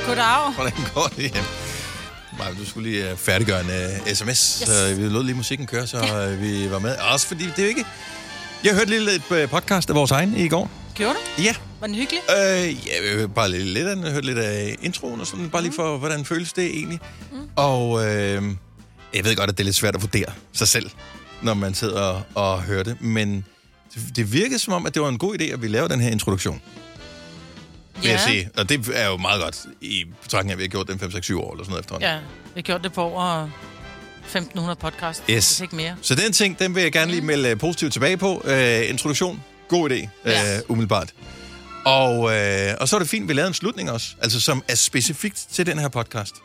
Goddag. Hvordan går det? Maja, du skulle lige færdiggøre en sms, så vi lod lige musikken køre, så vi var med. Også fordi det er jo ikke... Jeg hørte lige et podcast af vores egen i går. Gjorde du? Ja. Var den hyggelig? Ja, bare lidt af den. Jeg hørte lidt af introen og sådan, bare lige for, hvordan føles det egentlig. Og jeg ved godt, at det er lidt svært at vurdere sig selv, når man sidder og hører det, men det virkede som om, at det var en god idé, at vi lavede den her introduktion. Vil jeg sige. Og det er jo meget godt i betragtning af, at vi har gjort den 5-6-7 år eller sådan noget efterhånden. Ja, vi har gjort det på over 1.500 podcast. Yes. Ikke mere. Så den ting, den vil jeg gerne lige melde positivt tilbage på. Introduktion. God idé, umiddelbart. Og så er det fint, at vi lavede en slutning også, altså som er specifikt til den her podcast.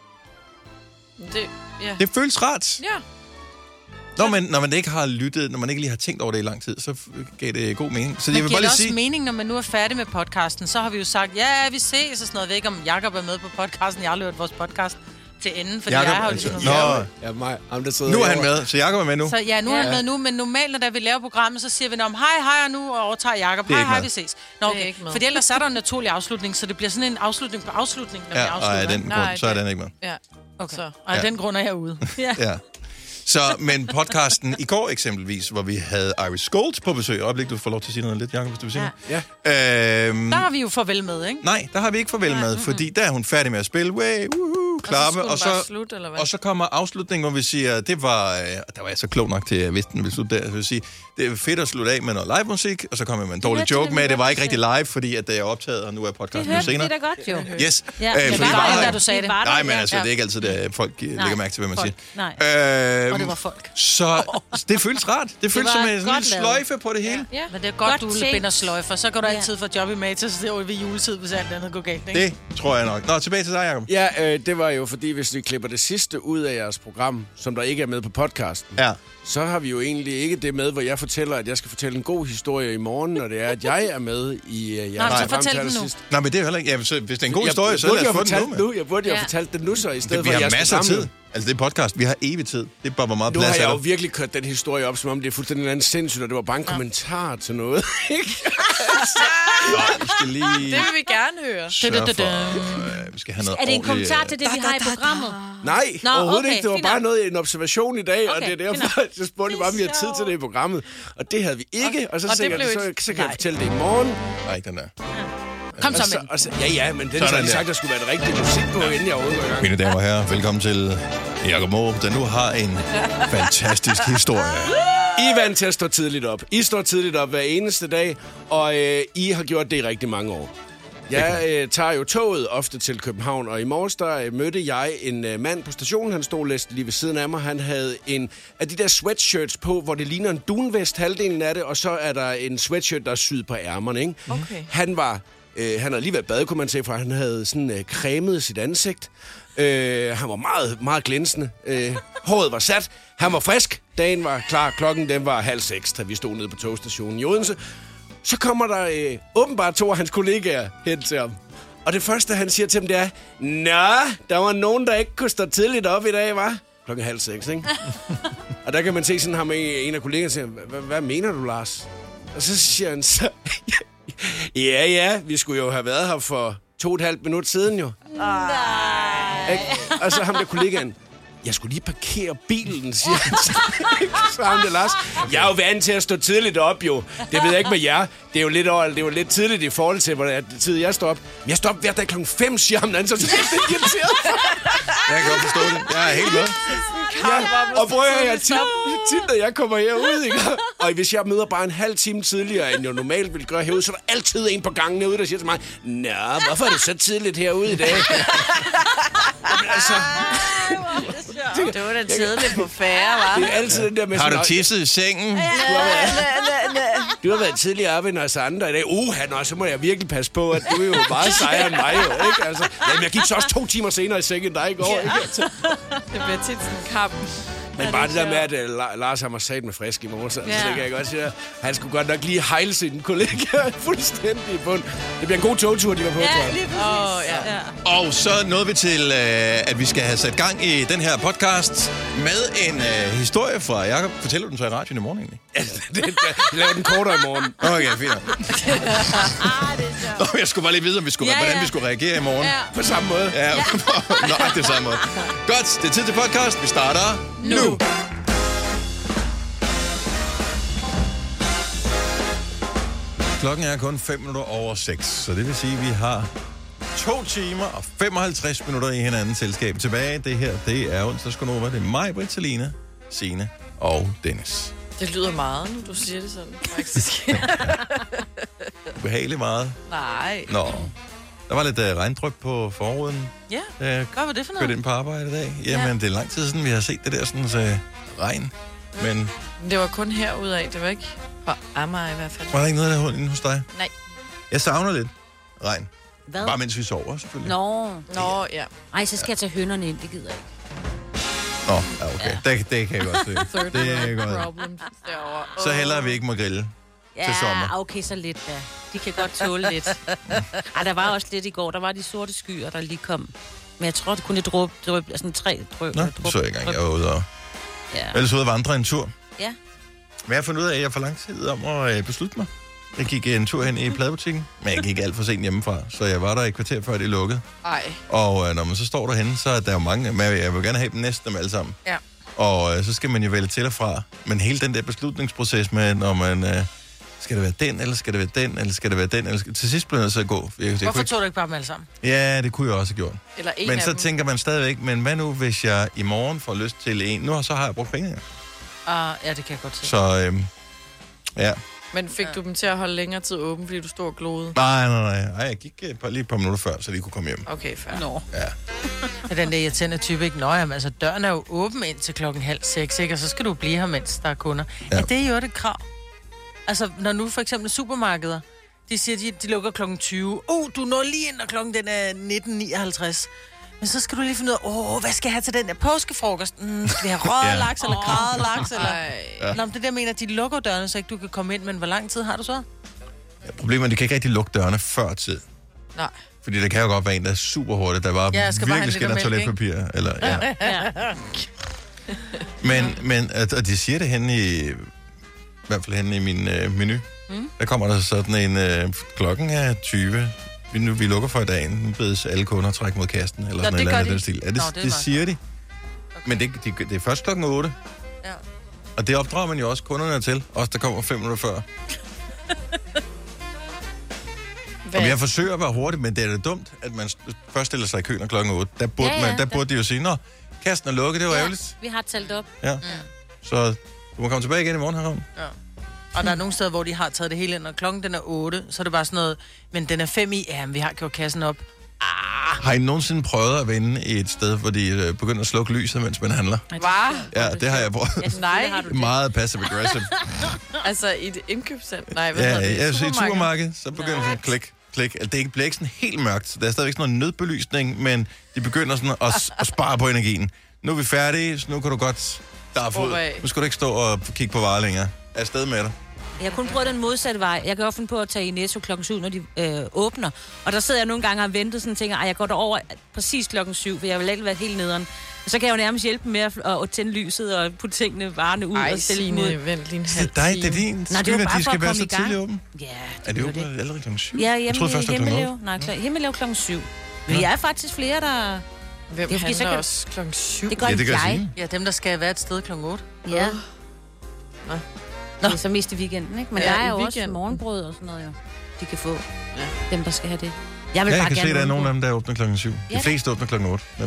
Det føles rart. Ja. Når man ikke har lyttet, når man ikke lige har tænkt over det i lang tid, så gav det god mening. Så jeg vil bare lige sige... mening, når man nu er færdig med podcasten, så har vi jo sagt, ja, vi ses og sådan noget. Jeg ved ikke, om Jakob er med på podcasten. Jeg har løbet vores podcast til enden, fordi Jacob, jeg har jo altså, ligesom... Nu er han med, så Jakob er med nu. Så ja, nu er han med nu, men normalt, når vi laver programmet, så siger vi, hej, og nu overtager Jakob. Hej, vi ses. Nå, okay. For ellers er der en naturlig afslutning, så det bliver sådan en afslutning på afslutning, når vi afslutter. Og af den grund, så er den ikke med. Ja, okay. Så, og af den grund er jeg ude. Ja. Så, men podcasten i går eksempelvis, hvor vi havde Iris Gold på besøg. Øjeblik, du får lov til at sige noget lidt, Jacob, hvis du vil sige noget. Ja. Der har vi jo farvel med, ikke? Nej, der har vi ikke farvel med, fordi der er hun færdig med at spille. Klappe, og så kommer afslutningen, hvor vi siger, der var jeg så klog nok til, at jeg vidste, den ville slutte der. Så vil sige, det er fedt at slutte af med noget live musik, og så kommer man en dårlig joke med, det var ikke rigtig live, fordi at det er optaget, og nu er podcasten jo senere. Det er da godt, jo. Yes. Det var da du sagde det. Nej, men altså, det er ikke altid, at folk lægger mærke til, hvad man siger. Nej. Og det var folk. Så det føles rart. Det føles som en lille sløjfe på det hele. Ja, men det er godt, du binder sløjfer. Så går du altid for job i Matas, det er ved juletid, hvis alt andet går galt, ikke? Det tror jeg nok. Nå, tilbage til dig, Jacob. Ja, det var jo fordi, hvis vi klipper det sidste ud af jeres program, som der ikke er med på podcasten, så har vi jo egentlig ikke det med, hvor jeg fortæller, at jeg skal fortælle en god historie i morgen, når det er, at jeg er med i jeres program til allersidst. Nej, men det er heller ikke. Ja, så hvis det er en god historie, så lad os få den nu. Jeg burde jo have fortalt den nu så, i stedet for jeres program. Vi har masser af tid. Altså, det er podcast. Vi har evig tid. Det er bare, hvor meget plads er der. Nu har jeg jo virkelig kørt den historie op, som om det er fuldstændig noget sindssygt, og det var bare en kommentar til noget. Nå, vi skal lige... Det vil vi gerne høre. Vi skal have noget er det en kommentar til det, vi har i programmet? Nej, overhovedet ikke. Det var bare noget, en observation i dag, og det er derfor, så spurgte jeg bare, om vi har tid til det i programmet. Og det havde vi ikke, og så kan jeg fortælle det i morgen. Nej, den der. Kom så med den. Ja, men den har sagt, der skulle være det rigtige musik på, inden jeg overhovedet var i gang. Mine damer og herrer, velkommen til Jacob Morup, der nu har en fantastisk historie. I er vant til at stå tidligt op. I står tidligt op hver eneste dag, og I har gjort det i rigtig mange år. Jeg tager jo toget ofte til København, og i morges der mødte jeg en mand på stationen. Han stod næsten lige ved siden af mig. Han havde en af de der sweatshirts på, hvor det ligner en dunvest, halvdelen af det, og så er der en sweatshirt, der er syet på ærmerne, ikke? Okay. Han havde lige været bade, kunne man se, for han havde sådan cremet sit ansigt. Han var meget, meget glinsende. Håret var sat. Han var frisk. Dagen var klar. Klokken den var 5:30, da vi stod nede på togstationen i Odense. Så kommer der åbenbart 2 af hans kollegaer hen til ham. Og det første, han siger til dem, det er, nå, der var nogen, der ikke kunne stå tidligt op i dag, hva'? Klokken 5:30, ikke? Og der kan man se sådan ham en af kollegaerne siger, hvad mener du, Lars? Og så siger han så, ja, vi skulle jo have været her for 2,5 minutter siden jo. Nej. Og så ham der kollegaen, jeg skulle lige parkere bilen, siger han. Så ham der Lars. Jeg er jo vant til at stå tidligt op, jo. Det ved jeg ikke med jer. Det er jo lidt tidligt i forhold til, hvor tid jeg står op. Men jeg står op hver dag klokken 5, siger ham den anden, så det er irriteret. Jeg kan godt forstå det. Jeg er helt med. Ja, og prøv at høre, tit, når jeg kommer herud, ikke? Og hvis jeg møder bare en halv time tidligere, end jeg normalt ville gøre herude, så er der altid en på gangen herude, der siger til mig, nå, hvorfor er du så tidligt herude i dag? Jamen, altså... Det var da tidligt på færre, hva'? Det er altid den der med... Har du tisset i sengen? Du har været tidligere oppe end os andre i dag. Så må jeg virkelig passe på, at du er jo meget sejere end mig, jo, ikke? Altså, jamen, jeg gik så også 2 timer senere i sengen end dig i går, ikke? Det bliver tit sådan en kamp. Men bare det der med, at Lars har mig sat med frisk i morgen, så det kan jeg godt sige. Han skulle godt nok lige hejle sin kollega fuldstændig i bund. Det bliver en god togtur, de var på. Ja, lige præcis. Og så nåede vi til, at vi skal have sat gang i den her podcast med en historie fra Jakob. Fortæller du den så i radioen i morgen egentlig? Jeg laver den kortere i morgen. Okay, fint. Jeg skulle bare lige vide, om vi skulle, hvordan vi skulle reagere i morgen. Ja. På samme måde. Ja, nøjagtigt samme måde. Godt, det er tid til podcast. Vi starter nu. Klokken er kun 5 minutter over 6, så det vil sige, at vi har 2 timer og 55 minutter i hinandens selskab tilbage. Det her, det er onsdagskonova. Det er mig, Britt, Selina, Signe og Dennis. Det lyder meget, nu du siger det sådan, faktisk. Behageligt meget. Nej. Nå. Der var lidt regndryp på forruden. Ja, hvad var det for noget? Kørte ind på arbejde i dag. Jamen, det er lang tid siden, vi har set det der sådan regn. Men det var kun herude af, det var ikke på Amager i hvert fald. Var der ikke noget der inde hos dig? Nej. Jeg savner lidt regn. Hvad? Bare mens vi sover, selvfølgelig. Nå, ja. Ej, så skal jeg tage hønerne ind, det gider jeg ikke. Nå, ja, okay. Det kan jeg godt se. Det er godt. Problems derovre. Så hellere vi ikke må grille til sommer. Ja, okay, så lidt da. De kan godt tåle lidt. Ej, der var også lidt i går. Der var de sorte skyer, der lige kom. Men jeg tror, det kunne lidt drøb, sådan 3 drøb. Nå, så ikke engang. Jeg var ude og... Ja. Ellers ude at vandre en tur. Ja. Men jeg har fundet ud af, at jeg får lang tid om at beslutte mig. Jeg gik en tur hen i pladebutikken, men jeg gik alt for sent hjemmefra, så jeg var der et kvarter før det lukkede. Ej. Og når man så står derhenne, så er der jo mange, men jeg vil gerne have dem næsten alle sammen. Ja. Og så skal man jo vælge til og fra. Men hele den der beslutningsproces med, når man... skal det være den, eller skal det være den, eller skal det være den, eller til sidst blev jeg så at gå. Hvorfor tog du ikke bare dem alle sammen? Ja, det kunne jeg også have gjort. Eller en men af så dem. tænker man stadigvæk, men hvad nu, hvis jeg i morgen får lyst til en? Nu så har jeg brugt penge. Ja, det kan jeg godt se. Så ja. Men fik du dem til at holde længere tid åben, fordi du stod og glodede? Nej. Jeg gik lige et par minutter før, så de kunne komme hjem. Okay, fair. Nå. Ja. Det er den der irriterende type, ikke? Nå, jamen, altså, døren er jo åben indtil 5:30, ikke? Og så skal du blive her, mens der er kunder. Ja. Det er jo et krav. Altså, når nu for eksempel supermarkeder, de siger, de lukker 20. Du når lige ind, når klokken den er 19:59. Men så skal du lige finde ud af, hvad skal jeg have til den der påskefrokost? Skal vi have røget laks eller gradet laks? Eller... Ja. Nå, det der mener, at de lukker dørene, så ikke du kan komme ind. Men hvor lang tid har du så? Ja, problemet er, at de kan ikke rigtig lukke dørene før tid. Nej. Fordi der kan jo godt være en, der er super hurtigt, der var virkelig skinner toiletpapir. Eller, ja. Men og de siger det henne i hvert fald henne i min menu. Der kommer der sådan en klokken er 20. Vi lukker for i dag. Nu bedes alle kunder trække mod kasten. Eller sådan noget andet den stil. Ja, det siger de. Okay. Men det er først klokken 8. Ja. Og det opdrager man jo også kunderne til. Også der kommer 5 minutter før. Og jeg forsøger at være hurtig, men det er da dumt, at man først stiller sig i køen og klokken 8. Der burde de jo sige, nå, kasten er lukket, det var ærgerligt. Vi har talt op. Ja. Så du må komme tilbage igen i morgen, Herhavn. Ja. Og der er nogle steder, hvor de har taget det hele ind, og klokken den er 8, så er det bare sådan noget, men den er 5 i, ja, men vi har gjort kassen op. Har I nogensinde prøvet at vende i et sted, hvor de begynder at slukke lyset, mens man handler? Hvad? Ja, det har jeg prøvet. Nej. Meget passive-aggressive. Altså i et indkøbscenter? Nej, hvad hedder det? Ja, i et supermarked, så begynder sådan klik. Det bliver ikke sådan helt mørkt. Der er stadigvæk sådan noget nødbelysning, men de begynder sådan at spare på energien. Nu er vi færdige, så nu kan du godt darfe ud. Nu skal du ikke stå og kigge på varer længere. Er afsted med dig. Jeg har kun prøvet den modsatte vej. Jeg kan også finde på at tage i Netto 7, når de åbner. Og der sidder jeg nogle gange og venter sådan og tænker, jeg går derover præcis 7, for jeg vil altid være helt nederen. Og så kan jeg jo nærmest hjælpe med at tænde lyset og putte tingene, varerne ud og sælge dem ud. Vent lige en halv time. Det er din skyld, at de skal være så tidligt åben? Ja, er det åbent allerede 7? Ja, Himmelev kl. 7. Men jeg er faktisk flere, der... Hvem handler også 7? Det gør jeg. Ja, dem, der skal være et sted 8. Ja. Nå. Det er så mest i weekenden, ikke? Men der er jo også morgenbrød og sådan noget, jo. De kan få. Ja. Dem, der skal have det. Jeg vil bare kan se, at der er nogle af dem, der åbner kl. 7. De fleste åbner kl. 8. Ja.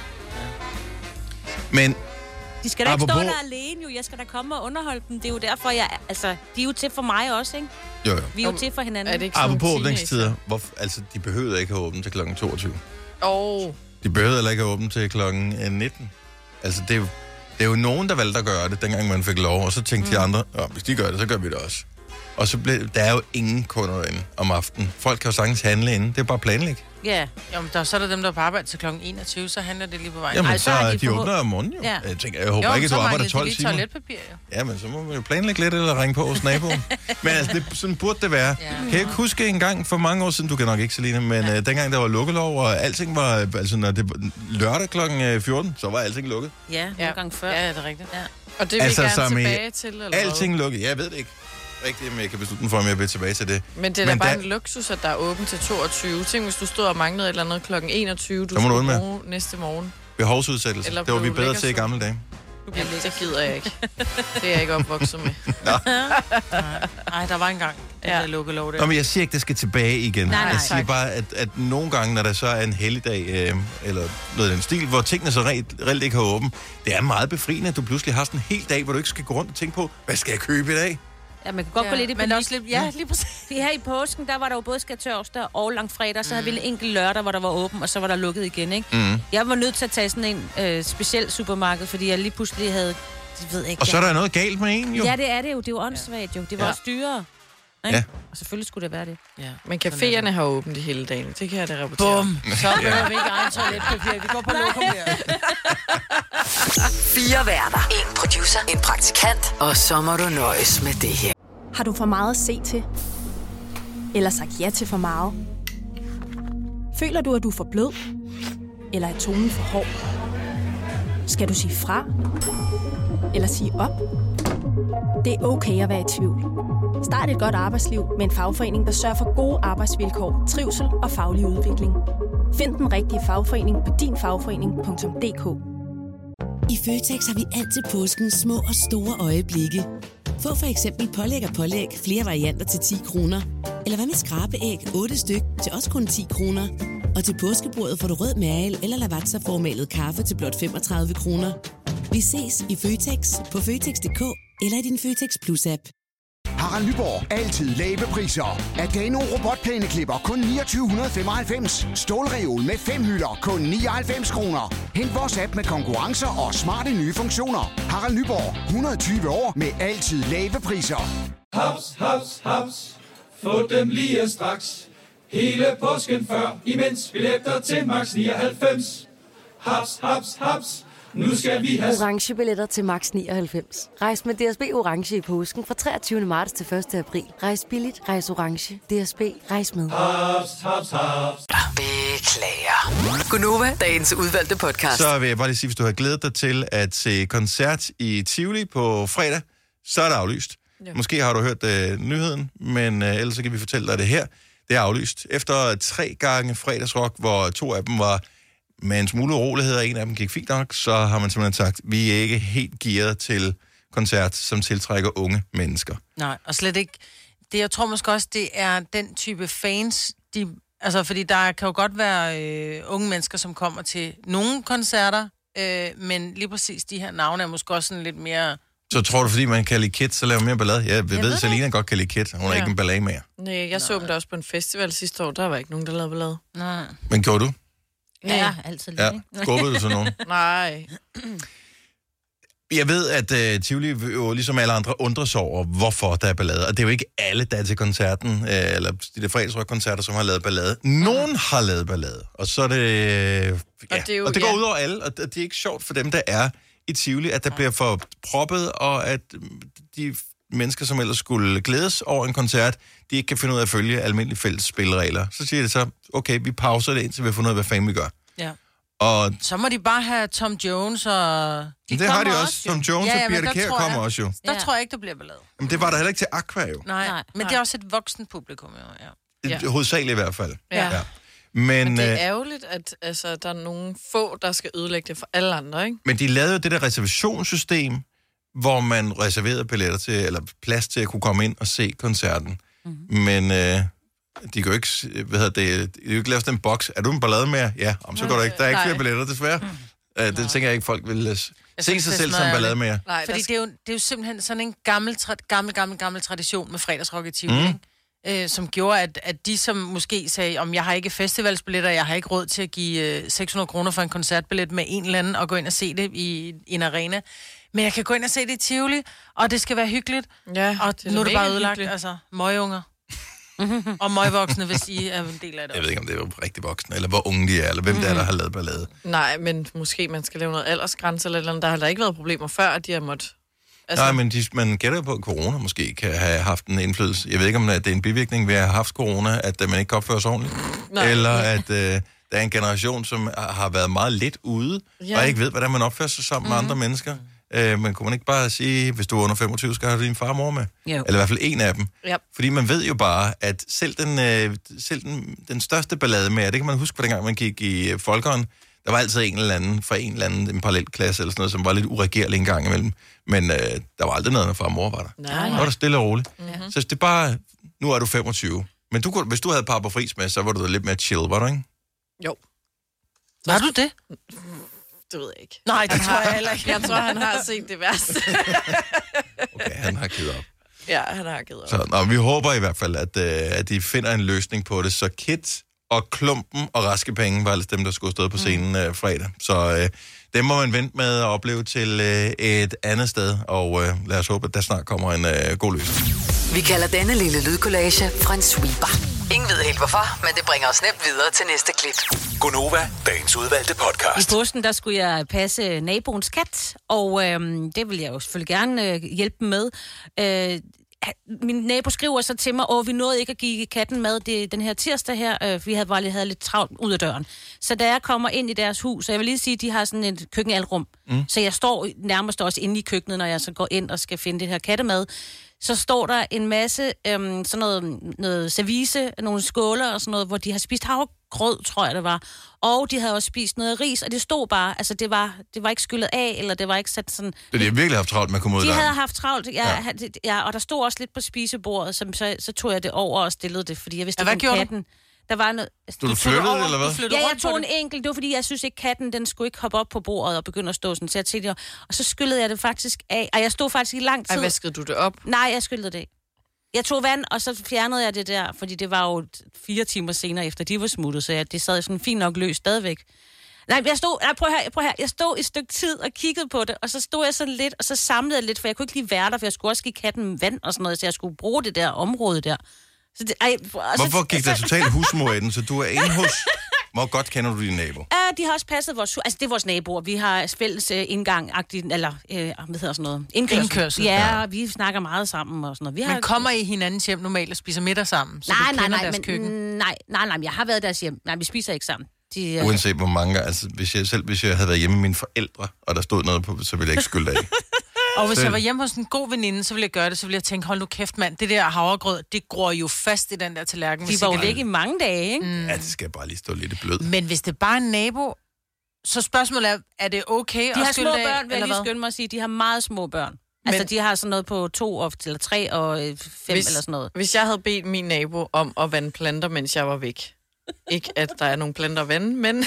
Men... De skal da ikke stå der alene, jo. Jeg skal da komme og underholde dem. Det er jo derfor, de er jo til for mig også, ikke? Jo. Vi er jo til for hinanden. Apropos åbningstider. De behøvede ikke have åbent til kl. 22. De behøvede heller ikke have åbent til kl. 19. Altså, det er jo nogen, der valgte at gøre det, dengang man fik lov, og så tænkte de andre, hvis de gør det, så gør vi det også. Og så der er jo ingen kunder inde om aftenen. Folk kan jo sagtens handle inde. Det er bare planlæg. Ja. Jamen, så er der dem, der er på arbejde til kl. 21, så handler det lige på vejen. Jamen, Ej, så har de åbner om morgenen jo. Ja. Jeg håber ikke, at du arbejder 12 lige timer. toiletpapir, jo. Ja, men så må man jo planlægge lidt eller ringe på hos naboen. Men altså, sådan burde det være. Ja. Kan jeg ikke huske en gang for mange år siden, du kan nok ikke, Selina, men dengang der var lukkelov, og alting var, altså når det var lørdag kl. 14, så var alting lukket. Ja, nogle gange før. Ja, det er rigtigt. Ja. Og det vil Altså, vi gerne som i tilbage til, eller Alting lukket. Jeg ved det ikke rigtigt, men jeg kan beslutte mig for, om jeg vil tilbage til det. Men det er da bare en luksus, at der er åbent til 22. Tænk, hvis du stod og manglede et eller andet kl. 21, du skulle bruge næste morgen. Behovsudsættelse. Eller Det var vi blev bedre lækker til i så. gamle dage. Jamen, det gider jeg ikke. Det er jeg ikke opvokset med. Nej, der var engang Ja. det lukkelov der. Nå, men jeg siger ikke, det skal tilbage igen. Nej, Jeg siger tak. bare, at nogle gange, når der så er en helligdag, eller noget af den stil, hvor tingene så reelt ikke har åben, det er meget befriende, at du pludselig har sådan en hel dag, hvor du ikke skal gå rundt og tænke på, hvad skal jeg købe i dag? Ja, man kan godt gå lidt i men panik. også lidt, ja, lige præcis. Her i påsken, der var der jo både skærtorsdag og langfredag, så havde vi en enkelt lørdag, hvor der var åben, og så var der lukket igen, ikke? Jeg var nødt til at tage sådan en speciel supermarked, fordi jeg lige pludselig havde... Jeg ved ikke, Og så er der noget galt med en, jo. Ja, det er det jo. Det er jo åndssvagt, jo. Det var også dyrere. Ikke? Ja. Og selvfølgelig skulle det være det. Ja. Men caféerne har åbent i hele dagen. Det kan jeg da rapportere. Bum. Så behøver vi ikke egen toiletpapir. Vi går på lokum her. 4 værter. 1 producer. En praktikant. Og så må du nøjes med det her. Har du for meget at se til? Eller sagt ja til for meget? Føler du, at du er for blød? Eller er tonen for hård? Skal du sige fra? Eller sige op? Det er okay at være i tvivl. Start et godt arbejdsliv med en fagforening, der sørger for gode arbejdsvilkår, trivsel og faglig udvikling. Find den rigtige fagforening på dinfagforening.dk. I Føtex har vi altid påskens små og store øjeblikke. Få for eksempel pålæg og pålæg flere varianter til 10 kroner. Eller hvad med skrabeæg 8 styk til også kun 10 kroner. Og til påskebordet får du rød mal eller lavatserformalet kaffe til blot 35 kroner. Vi ses i Føtex på Føtex.dk eller i din Føtex Plus-app. Harald Nyborg. Altid lave priser. Adano robotplæneklipper kun 2995. Stålreol med 5 hylder kun 99 kroner. Hent vores app med konkurrencer og smarte nye funktioner. Harald Nyborg. 120 år med altid lave priser. Haps, haps, haps. Få dem lige straks. Hele påsken før, imens billetter til max 99. Haps, haps, haps. Nu skal vi have orange billetter til max 99. Rejs med DSB orange i påsken fra 23. marts til 1. april. Rejs billigt, rejs orange. DSB, rejs med. haps, haps, haps. Beklager. Gunova, dagens udvalgte podcast. Så vil jeg bare lige sige, hvis du har glædet dig til at se koncert i Tivoli på fredag, så er det aflyst. Ja. Måske har du hørt nyheden, men ellers så kan vi fortælle dig det her. Det er aflyst. Efter 3 gange fredagsrock, hvor 2 af dem var med en smule urolighed, og en af dem gik fint nok, så har man simpelthen sagt, vi er ikke helt gearet til koncert, som tiltrækker unge mennesker. Nej, og slet ikke. Det, jeg tror måske også, det er den type fans, altså fordi der kan jo godt være unge mennesker, som kommer til nogle koncerter, men lige præcis de her navne er måske også sådan lidt mere... Så tror du, fordi man kan lide Kid, så laver mere ballade? Jeg ved, Selina godt kan lide Kid. Hun er ikke en ballade mere. Nej, jeg så dem da også på en festival sidste år. Der var ikke nogen, der lavede ballade. Nej. Men gjorde du? Ja, altid lidt. Ja. Skubbede du så nogen? Nej. Jeg ved, at Tivoli jo ligesom alle andre undrer sig over, hvorfor der er ballade. Og det er jo ikke alle, der er til koncerten, eller de der fredagsrock-koncerter, som har lavet ballade. Nogen har lavet ballade. Og så er det... Ja. Og det går ud over alle, og det er ikke sjovt for dem, der er i Tivoli, at der bliver for proppet, og at de mennesker, som ellers skulle glædes over en koncert, de ikke kan finde ud af at følge almindelige fælles spilleregler. Så siger det så, okay, vi pauser det, indtil vi har fundet ud af, hvad fanden vi gør. Ja. Og så må de bare have Tom Jones og... det har de også. Tom Jones og Birte Kjær kommer også jo. Der tror jeg ikke, der bliver ballade. Men det var der heller ikke til Aqua jo. Nej, men det er også et voksen publikum jo, ja. Hovedsageligt i hvert fald. Ja. Men det er ærgerligt, at der er nogle få, der skal ødelægge det for alle andre, ikke? Men de lavede jo det der reservationssystem, hvor man reserverede billetter til, eller plads til at kunne komme ind og se koncerten. Mm-hmm. Men de kan jo ikke, de kan jo ikke lave sådan en boks. Er du en ballade med? Ja, så går der ikke. Der er ikke flere billetter, desværre. Det tænker jeg ikke, folk vil se sig selv som ballade med. Nej, fordi det er jo simpelthen sådan en gammel tradition med fredagsrock i Tivoli, som gjorde, at de, som måske sagde, om jeg har ikke festivalsbilletter, jeg har ikke råd til at give 600 kroner for en koncertbillet med en eller anden, og gå ind og se det i en arena. Men jeg kan gå ind og se det i Tivoli, og det skal være hyggeligt. Ja, og det nu er det bare ødelagt, hyggeligt. altså, møgunger. Og møgvoksne, hvis I er en del af det. Jeg ved ikke, om det er rigtig voksne, eller hvor unge de er, eller hvem det er, der har lavet ballade. Nej, men måske man skal lave noget aldersgrænse eller noget. Der har der ikke været problemer før, at de har måttet... Altså... Nej, men man gætter på, at corona måske kan have haft en indflydelse. Jeg ved ikke, om det er en bivirkning ved at have haft corona, at man ikke kan opføre sig ordentligt. Eller at der er en generation, som har været meget lidt ude, og ikke ved, hvordan man opfører sig sammen med andre mennesker. Men kunne man ikke bare sige, hvis du er under 25, skal du have din far og mor med? Jo. Eller i hvert fald en af dem. Yep. Fordi man ved jo bare, at selv den største ballade med, det kan man huske på dengang, man gik i folkeren, der var altid en eller anden fra en eller anden en parallelklasse eller sådan noget, som var lidt uregerlig en gang imellem. Men der var aldrig noget, når far og mor var der. Nej. Der var der stille og roligt. Så det er bare, nu er du 25. Men hvis du havde Papa Fris med, så var du lidt mere chill, var du ikke? Jo. Var du det? Det ved jeg ikke. Nej, det tror jeg heller ikke. Jeg tror, han har set det værste. Okay, han har givet op. Ja, han har givet op. Så vi håber i hvert fald, at de finder en løsning på det. Så Kit og Klumpen og Raske Penge var altså dem, der skulle stå på scenen fredag. Så dem må man vente med at opleve til et andet sted. Og lad os håbe, at der snart kommer en god løsning. Vi kalder denne lille lydkollage en sweeper. Ingen ved helt hvorfor, men det bringer os nemt videre til næste klip. Gonova, dagens udvalgte podcast. I påsken, der skulle jeg passe naboens kat, og det vil jeg jo selvfølgelig gerne hjælpe med. Min nabo skriver så til mig, vi nåede ikke at give katten mad den her tirsdag her. Vi havde lidt travlt ud af døren. Så da jeg kommer ind i deres hus, så jeg vil lige sige, at de har sådan et køkkenalrum. Så jeg står nærmest også inde i køkkenet, når jeg så går ind og skal finde det her kattemad. Så står der en masse sådan noget service, nogle skåler og sådan noget, hvor de har spist havregrød, tror jeg det var. Og de havde også spist noget ris, og det stod bare, altså det var ikke skyllet af, eller det var ikke sat sådan... Så de har virkelig haft travlt med at komme ud der? De havde haft travlt, ja, og der stod også lidt på spisebordet, så tog jeg det over og stillede det, fordi jeg vidste, hvad gjorde katten... Der var noget... Du flyttede eller hvad? Ja, jeg tog en enkelt. Det var fordi, jeg synes ikke, katten den skulle ikke hoppe op på bordet og begynde at stå sådan. Så jeg tænkte, og så skyllede jeg det faktisk af. Og jeg stod faktisk i lang tid. Vaskede du det op? Nej, jeg skyllede det af. Jeg tog vand, og så fjernede jeg det der, fordi det var jo 4 timer senere efter, de var smuttet, så det sad sådan fint nok løs stadigvæk. Prøv her. Jeg stod et stykke tid og kiggede på det, og så stod jeg sådan lidt, og så samlede jeg lidt, for jeg kunne ikke lige være der, for jeg skulle også give katten vand og sådan noget, så jeg skulle bruge det der område der. Hvorfor gik der totalt husmor i den, så du er inde hos... Hvor godt kender du din nabo? De har også passet vores... Altså, det er vores naboer. Vi har fælles indgang-agtigt, eller hvad hedder sådan noget? Indkørsel. Ja, vi snakker meget sammen og sådan noget. Men kommer I hinandens hjem normalt og spiser middag sammen? Så nej, deres køkken? Nej, jeg har været i deres hjem. Nej, vi spiser ikke sammen. Uanset hvor mange... Altså, hvis jeg havde været hjemme med mine forældre, og der stod noget på, så ville jeg ikke skylde af. Og hvis jeg var hjemme hos en god veninde, så ville jeg gøre det, så ville jeg tænke, hold nu kæft mand, det der havregrød, det gror jo fast i den der tallerken. De var jo væk i mange dage, ikke? Ja, det skal bare lige stå lidt blød. Men hvis det bare er en nabo, så spørgsmålet er det okay at skylde af? De har små børn, vil jeg lige skynde mig at sige. De har meget små børn. Altså, de har sådan noget på 2 eller 3 og 5 eller sådan noget. Hvis jeg havde bedt min nabo om at vande planter, mens jeg var væk. Ikke, at der er nogle planter at vande,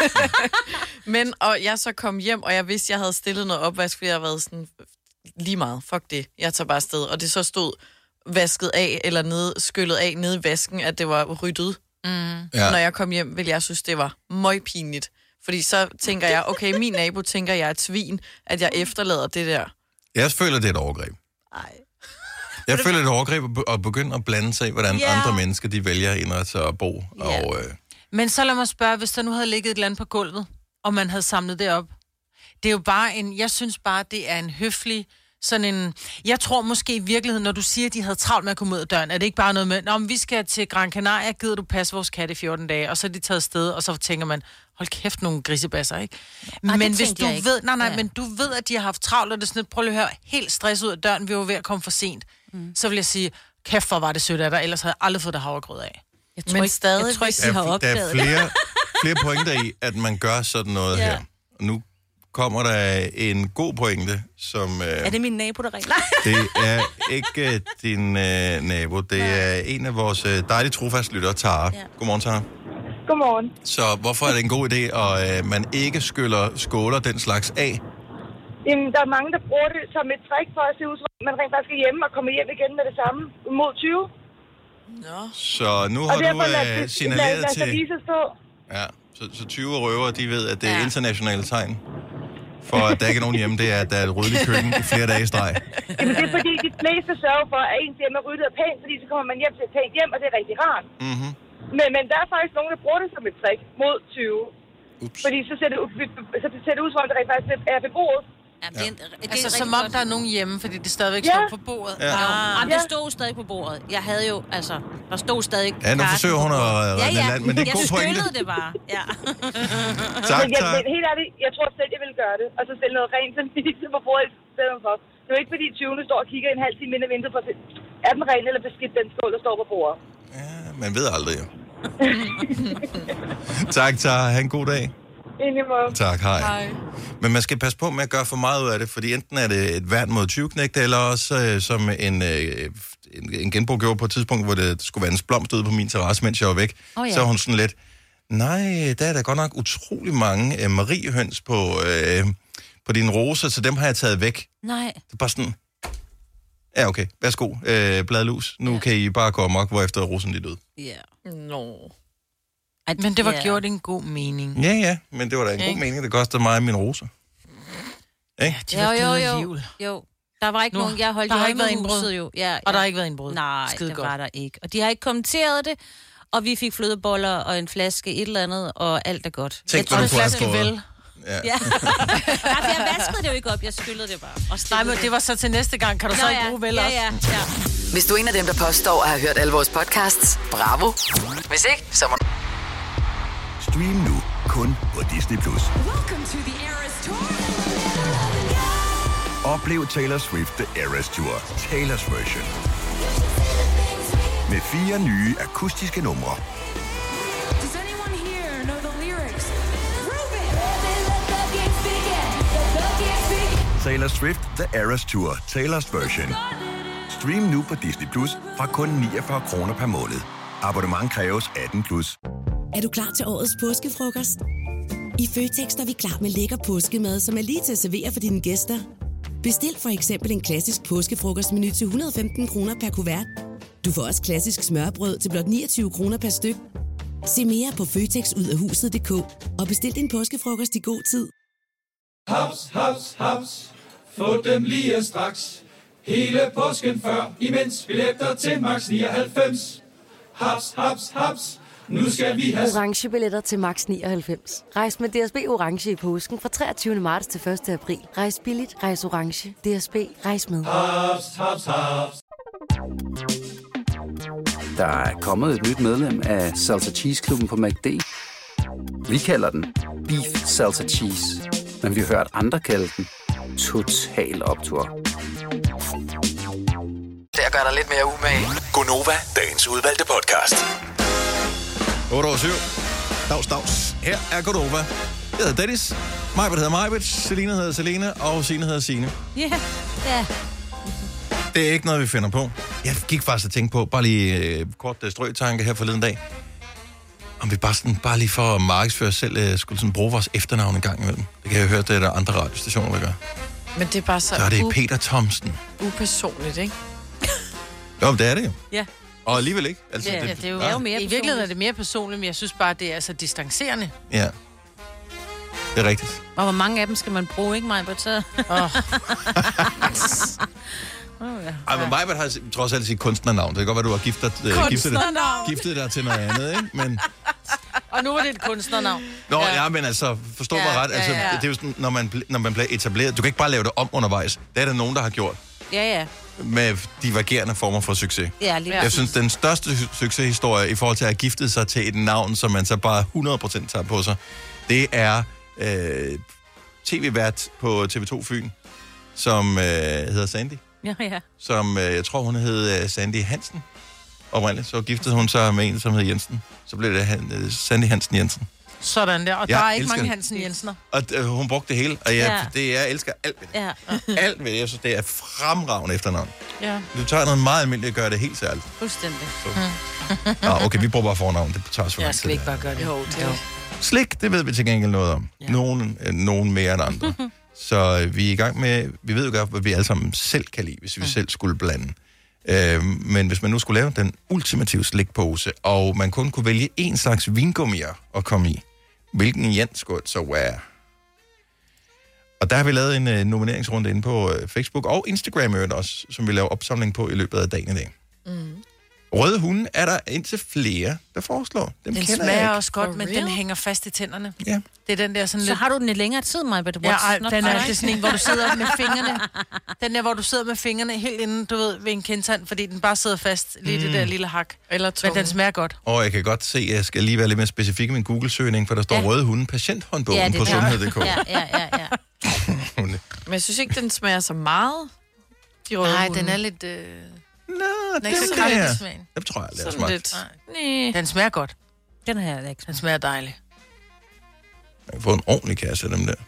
men... og jeg så kom hjem, og jeg vidste, jeg havde stillet noget opvask, fordi jeg havde været sådan... Lige meget, fuck det. Jeg tager bare afsted. Og det så stod vasket af, eller skyllet af nede i vasken, at det var ryddet. Ja. Når jeg kom hjem, ville jeg synes, det var møgpinligt. Fordi så tænker jeg, okay, min nabo tænker, jeg er et svin, at jeg efterlader det der. Jeg føler, det er et overgreb. Jeg føler, det er et overgreb at begynde at blande sig i, hvordan andre mennesker, de vælger at indrette sig og bo. Yeah. Og, Men så lad mig spørge, hvis der nu havde ligget et land på gulvet, og man havde samlet det op. Det er jo bare jeg synes bare, det er en høflig, sådan en... Jeg tror måske i virkeligheden, når du siger, at de havde travlt med at komme ud af døren, er det ikke bare noget med, om vi skal til Gran Canaria, gider du passe vores kat i 14 dage, og så er de taget afsted, og så tænker man, hold kæft, nogle grisebasser, ikke? Men hvis du ved, men du ved, at de har haft travlt, og det er sådan et, prøv at høre, helt stresset ud af døren, vi var ved at komme for sent, så vil jeg sige, kæft, hvor var det sødt af dig, ellers havde jeg aldrig fået det havregrød af. Jeg tror ikke, de har opdaget det. Der er flere pointer i, at man gør sådan noget her. Nu kommer der en god pointe, som... Er det min nabo, der ringer? Det er ikke din nabo. Det er en af vores dejlige trofaste lyttere, Tara. Ja. Godmorgen, Tara. Godmorgen. Så hvorfor er det en god idé, at man ikke skyller skåler den slags af? Jamen, der er mange, der bruger det som et trick for at se ud, som man rent faktisk er hjemme og kommer hjem igen med det samme mod 20. Nå. Så nu har du signaleret til... Ja, så 20 røver, de ved, at det er internationale tegn. for at der ikke er nogen hjemme, det er, at der er et ryddeligt køkken i flere dage i streg. Jamen, det er fordi, de fleste sørger for, at ens hjem er ryddet og pænt, fordi så kommer man hjem til et pænt hjem, og det er rigtig rart. Mm-hmm. Men der er faktisk nogen, der bruger det som et trick mod 20. Ups. Fordi så ser det ud, som om det rent faktisk er beboet. Jamen, det Altså, som om der er nogen hjemme, fordi det stadigvæk Ja. står på bordet. Ja. Jamen, det stod stadig på bordet. Jeg havde jo, altså, der stod stadig Ja, nu forsøger hun at redde land, men det er en god pointe. Jeg skyllede det bare, ja. Tak, Men helt ærligt, jeg tror selv, jeg vil gøre det. Og så stille noget rent til på bordet i stedet for. Det er jo ikke fordi 20'erne står og kigger en halv time ind i vinduet for at se, er den ren eller beskidt, den skål, der står på bordet. Ja, man ved aldrig, jo. Tak, Tara. Ha' en god dag. Tak, hej. Men man skal passe på med at gøre for meget ud af det, fordi enten er det et værn mod 20-knægte, eller også som en genbrug gjorde på et tidspunkt, hvor det skulle være en blomst ude på min terrasse, mens jeg var væk. Ja. Så er hun sådan lidt, nej, der er der godt nok utrolig mange mariehøns på dine roser, så dem har jeg taget væk. Nej. Det er bare sådan, ja okay, værsgo, bladlus. Nu kan I bare gå amok, hvorefter rosen lige død. Ja. Nå. Men det var gjort i en god mening. Ja, men det var da en god mening. Det kostede mig mine roser. Ikke? De var døde alligevel. Jo. Der var ikke nogen, jeg holdt der har øje ikke med været indbrud. huset jo. Ja. Og der har ikke været indbrud. Nej, Skide det godt. var der ikke. Og de har ikke kommenteret det, og vi fik flødeboller og en flaske et eller andet, og alt er godt. Tænk, hvad du kunne have fået. Ja. Nej, for jeg vaskede det jo ikke op, jeg skyllede det bare. Nej, men det var så til næste gang. Kan du så ikke bruge vel også? Ja. Hvis du er en af dem, der påstår at have hørt alle vores podcasts, bravo. Hvis ikke, så må... Stream nu kun på Disney+. Oplev Taylor Swift The Eras Tour, Taylor's version. Med 4 nye akustiske numre. Taylor Swift The Eras Tour, Taylor's version. Stream nu på Disney+ fra kun 49 kroner per måned. Abonnement kræves 18+. Er du klar til årets påskefrokost? I Føtex er vi klar med lækker påskemad, som er lige til at servere for dine gæster. Bestil for eksempel en klassisk påskefrokostmenu til 115 kroner per kuvert. Du får også klassisk smørbrød til blot 29 kroner per styk. Se mere på føtexudafhuset.dk og bestil din påskefrokost i god tid. Haps, haps, haps. Få dem lige straks. Hele påsken før, imens billetter til max 99. Haps, haps, haps. Nu skal vi have... Orange billetter til max 99. Rejs med DSB Orange i påsken fra 23. marts til 1. april. Rejs billigt, rejs orange. DSB, rejs med. Haps, haps, haps. Der er kommet et nyt medlem af Salsa Cheese Klubben på McD. Vi kalder den Beef Salsa Cheese, men vi har hørt andre kalde den Total Optur. Der gør dig lidt mere umage. Gonova, dagens udvalgte podcast. 8:07. Dags. Her er Godova. Jeg hedder Dennis. Majbert hedder Majbert. Selina hedder Selina. Og Signe hedder Signe. Ja. Det er ikke noget, vi finder på. Jeg gik faktisk at tænke på, bare lige kort strøtanke her forleden dag, om vi bare lige for at markedsføre os selv, skulle sådan bruge vores efternavn en gang imellem. Det kan jeg høre, det er der andre radiostationer, der gør. Men det er bare så... Så er det Peter Thomsen. Upersonligt, ikke? Jo, det er det jo. Ja. Og alligevel ikke. Altså, Ja, det er jo mere i virkeligheden er det mere personligt, men jeg synes bare, det er så distancerende. Ja. Det er rigtigt. Og hvor mange af dem skal man bruge, ikke mig? Så... Ej, men Majbert har trods alt sit kunstnernavn. Det kan godt være, du har giftet dig til noget andet, ikke? Men... Og nu er det et kunstnernavn. Nå, ja, men altså, forstå mig ret. Altså, det er jo sådan, når man bliver etableret. Du kan ikke bare lave det om undervejs. Det er der nogen, der har gjort. Ja. Med divergerende former for succes. Ja, lige jeg synes, den største succeshistorie i forhold til at have giftet sig til et navn, som man så bare 100% tager på sig, det er tv-vært på TV2 Fyn, som hedder Sandy. Ja. Som jeg tror, hun hed Sandy Hansen. Oprindeligt. Så giftede hun sig med en, som hed Jensen. Så blev det Sandy Hansen Jensen. Sådan der. Og der er ikke mange Hansen Jensener. Og hun brugte det hele. Og jeg elsker alt ved det. Ja. Alt ved det. Jeg synes, det er fremragende efternavn. Ja. Du tager noget meget almindeligt og gør det helt særligt. Fuldstændig. Nå, okay, vi bruger bare fornavn. Det tager så skal vi ikke bare gøre det? Jo, det er Slik, det ved vi til gengæld noget om. Ja. Nogen mere end andre. Så vi er i gang med... Vi ved jo godt, hvad vi alle sammen selv kan lide, hvis vi selv skulle blande. Men hvis man nu skulle lave den ultimative slikpose, og man kun kunne vælge en slags vingummier at komme i, hvilken Jens skulle det så være? Og der har vi lavet en nomineringsrunde inde på Facebook og Instagram også, som vi laver opsamling på i løbet af dagen i dag. Mm. Røde hunde er der indtil flere, der foreslår. Dem den smager også godt, men den hænger fast i tænderne. Ja. Det er den der sådan så lidt... har du den i længere tid, Maja? Ja, den er det sådan en, hvor du sidder med fingrene. Den der, hvor du sidder med fingrene helt inden, du ved, ved en kindtand, fordi den bare sidder fast lige det der lille hak. Eller men den smager godt. Og jeg kan godt se, at jeg skal lige være lidt mere specifik i min Google-søgning, for der står røde hunde patienthåndbogen på sundhed.dk. Ja. Men jeg synes ikke, den smager så meget, de røde hunde. Den er lidt... Nå, den er ikke så kraftig i smagen. Det tror jeg, det er sådan smart. lidt... Den smager godt. Den her er ikke. Den smager dejligt. Jeg kan få en ordentlig kasse af dem der.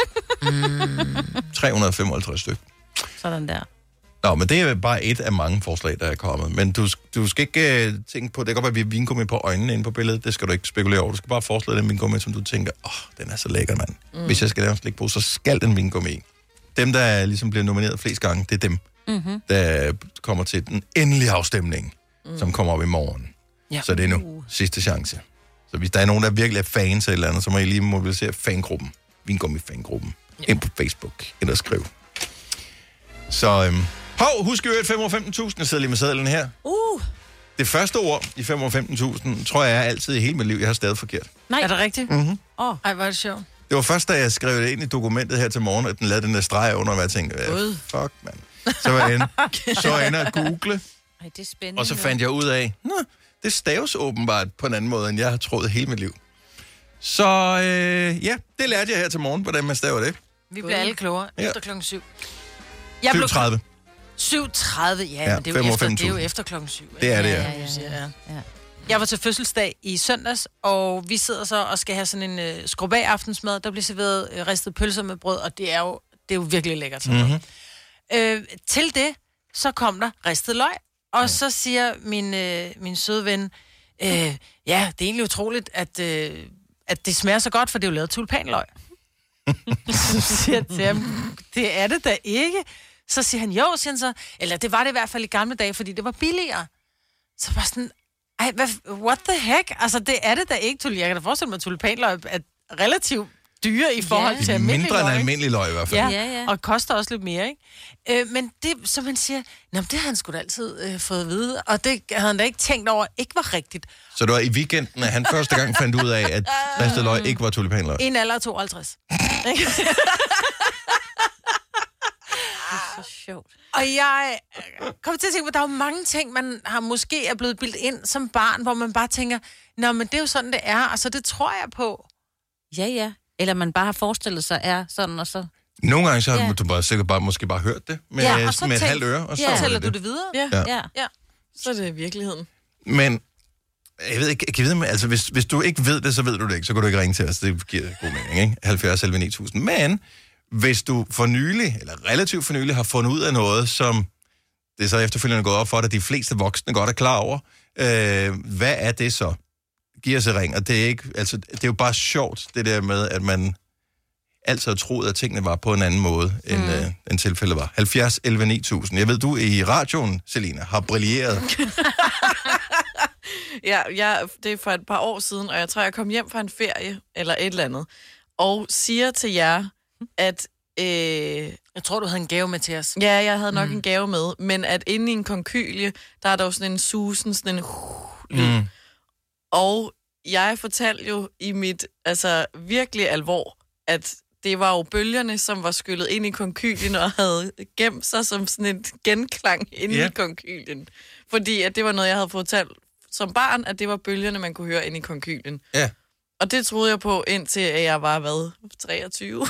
355 stykker. Sådan der. Nå, men det er bare et af mange forslag, der er kommet. Men du skal ikke tænke på, det kan godt være, at vi har vingummi på øjnene inde på billedet. Det skal du ikke spekulere over. Du skal bare forestille dig den vingummi, som du tænker, den er så lækker, mand. Hvis jeg skal lave en slik på, så skal den vingummi i. Dem, der ligesom bliver nomineret flest gange, det er dem, der kommer til den endelige afstemning, som kommer op i morgen. Ja. Så det er nu sidste chance. Så hvis der er nogen, der virkelig er fans af et eller andet, så må I lige mobilisere fangruppen. Vingummi-fangruppen. Ind på Facebook. Ind og skriv. Så, husk jo 515.000. Jeg sidder lige med sadlen her. Det første ord i 515.000, tror jeg er altid i hele mit liv, jeg har stadig forkert. Nej. Er det rigtigt? Mm-hmm. Ej, hvor er det sjovt. Det var først, da jeg skrev det ind i dokumentet her til morgen, at den lavede den der streg under, og jeg tænkte, fuck, mand. Så var jeg inde at google, Ej, det er spændende. og så fandt jeg ud af, det staves åbenbart på en anden måde, end jeg har troet hele mit liv. Så det lærte jeg her til morgen, hvordan man staver det. Vi bliver alle klogere efter klokken 7. 7.30. 7.30, ja, men det er jo efter klokken 7. Det er det, ja. Jeg var til fødselsdag i søndags, og vi sidder så og skal have sådan en skrub-af aftensmad. Der bliver serveret ristet pølser med brød, og det er jo virkelig lækkert. Mm-hmm. Til det, så kom der ristet løg, og så siger min søde ven, det er egentlig utroligt, at det smager så godt, for det er jo lavet tulipanløg. Så siger jeg til ham, det er det da ikke. Så siger han, siger han så, eller det var det i hvert fald i gamle dage, fordi det var billigere. Så var sådan, what the heck? Altså, det er det da ikke. Jeg kan da forestille mig, at tulipanløg er relativt dyre i forhold til almindelig løg. Mindre end almindelig løg i hvert fald. Ja, og koster også lidt mere, ikke? Men det, som man siger, det har han sgu da altid fået at vide, og det havde han da ikke tænkt over, ikke var rigtigt. Så det var i weekenden, at han første gang fandt ud af, at ristet løg ikke var tulipanløg? En alder af 52. Så sjovt. Og jeg kommer til at tænke på, at der er jo mange ting, man har måske er blevet bildt ind som barn, hvor man bare tænker, men det er jo sådan, det er, altså det tror jeg på. Ja. Eller man bare har forestillet sig er sådan, og så... Nogle gange så har du bare sikkert måske bare hørt det med et halvt øre, og så tæller du det videre. Ja. Så er det virkeligheden. Men jeg ved ikke, altså hvis du ikke ved det, så ved du det ikke, så kan du ikke ringe til os. Det giver god mening, ikke? 70 11 9000. Men hvis du for nylig, eller relativt for nylig, har fundet ud af noget, som det er så efterfølgende gået op for dig, de fleste voksne godt er klar over, hvad er det så? Giv os et ring, og det er ikke, altså det er jo bare sjovt, det der med, at man altid har troet, at tingene var på en anden måde, end tilfældet var. 70 11 9000. Jeg ved, du i radioen, Selina, har brilleret. Det er for et par år siden, og jeg tror, jeg kom hjem fra en ferie, eller et eller andet, og siger til jer, at... jeg tror, du havde en gave med til os. Ja, jeg havde nok en gave med, men at inde i en konkylie, der er der jo sådan en susen, sådan en lyd. Og jeg fortalte jo i mit, virkelig alvor, at det var jo bølgerne, som var skyllet ind i konkylien og havde gemt sig som sådan et genklang inde i konkylien. Fordi at det var noget, jeg havde fortalt som barn, at det var bølgerne, man kunne høre ind i konkylien. Ja. Og det troede jeg på, indtil jeg var, 23?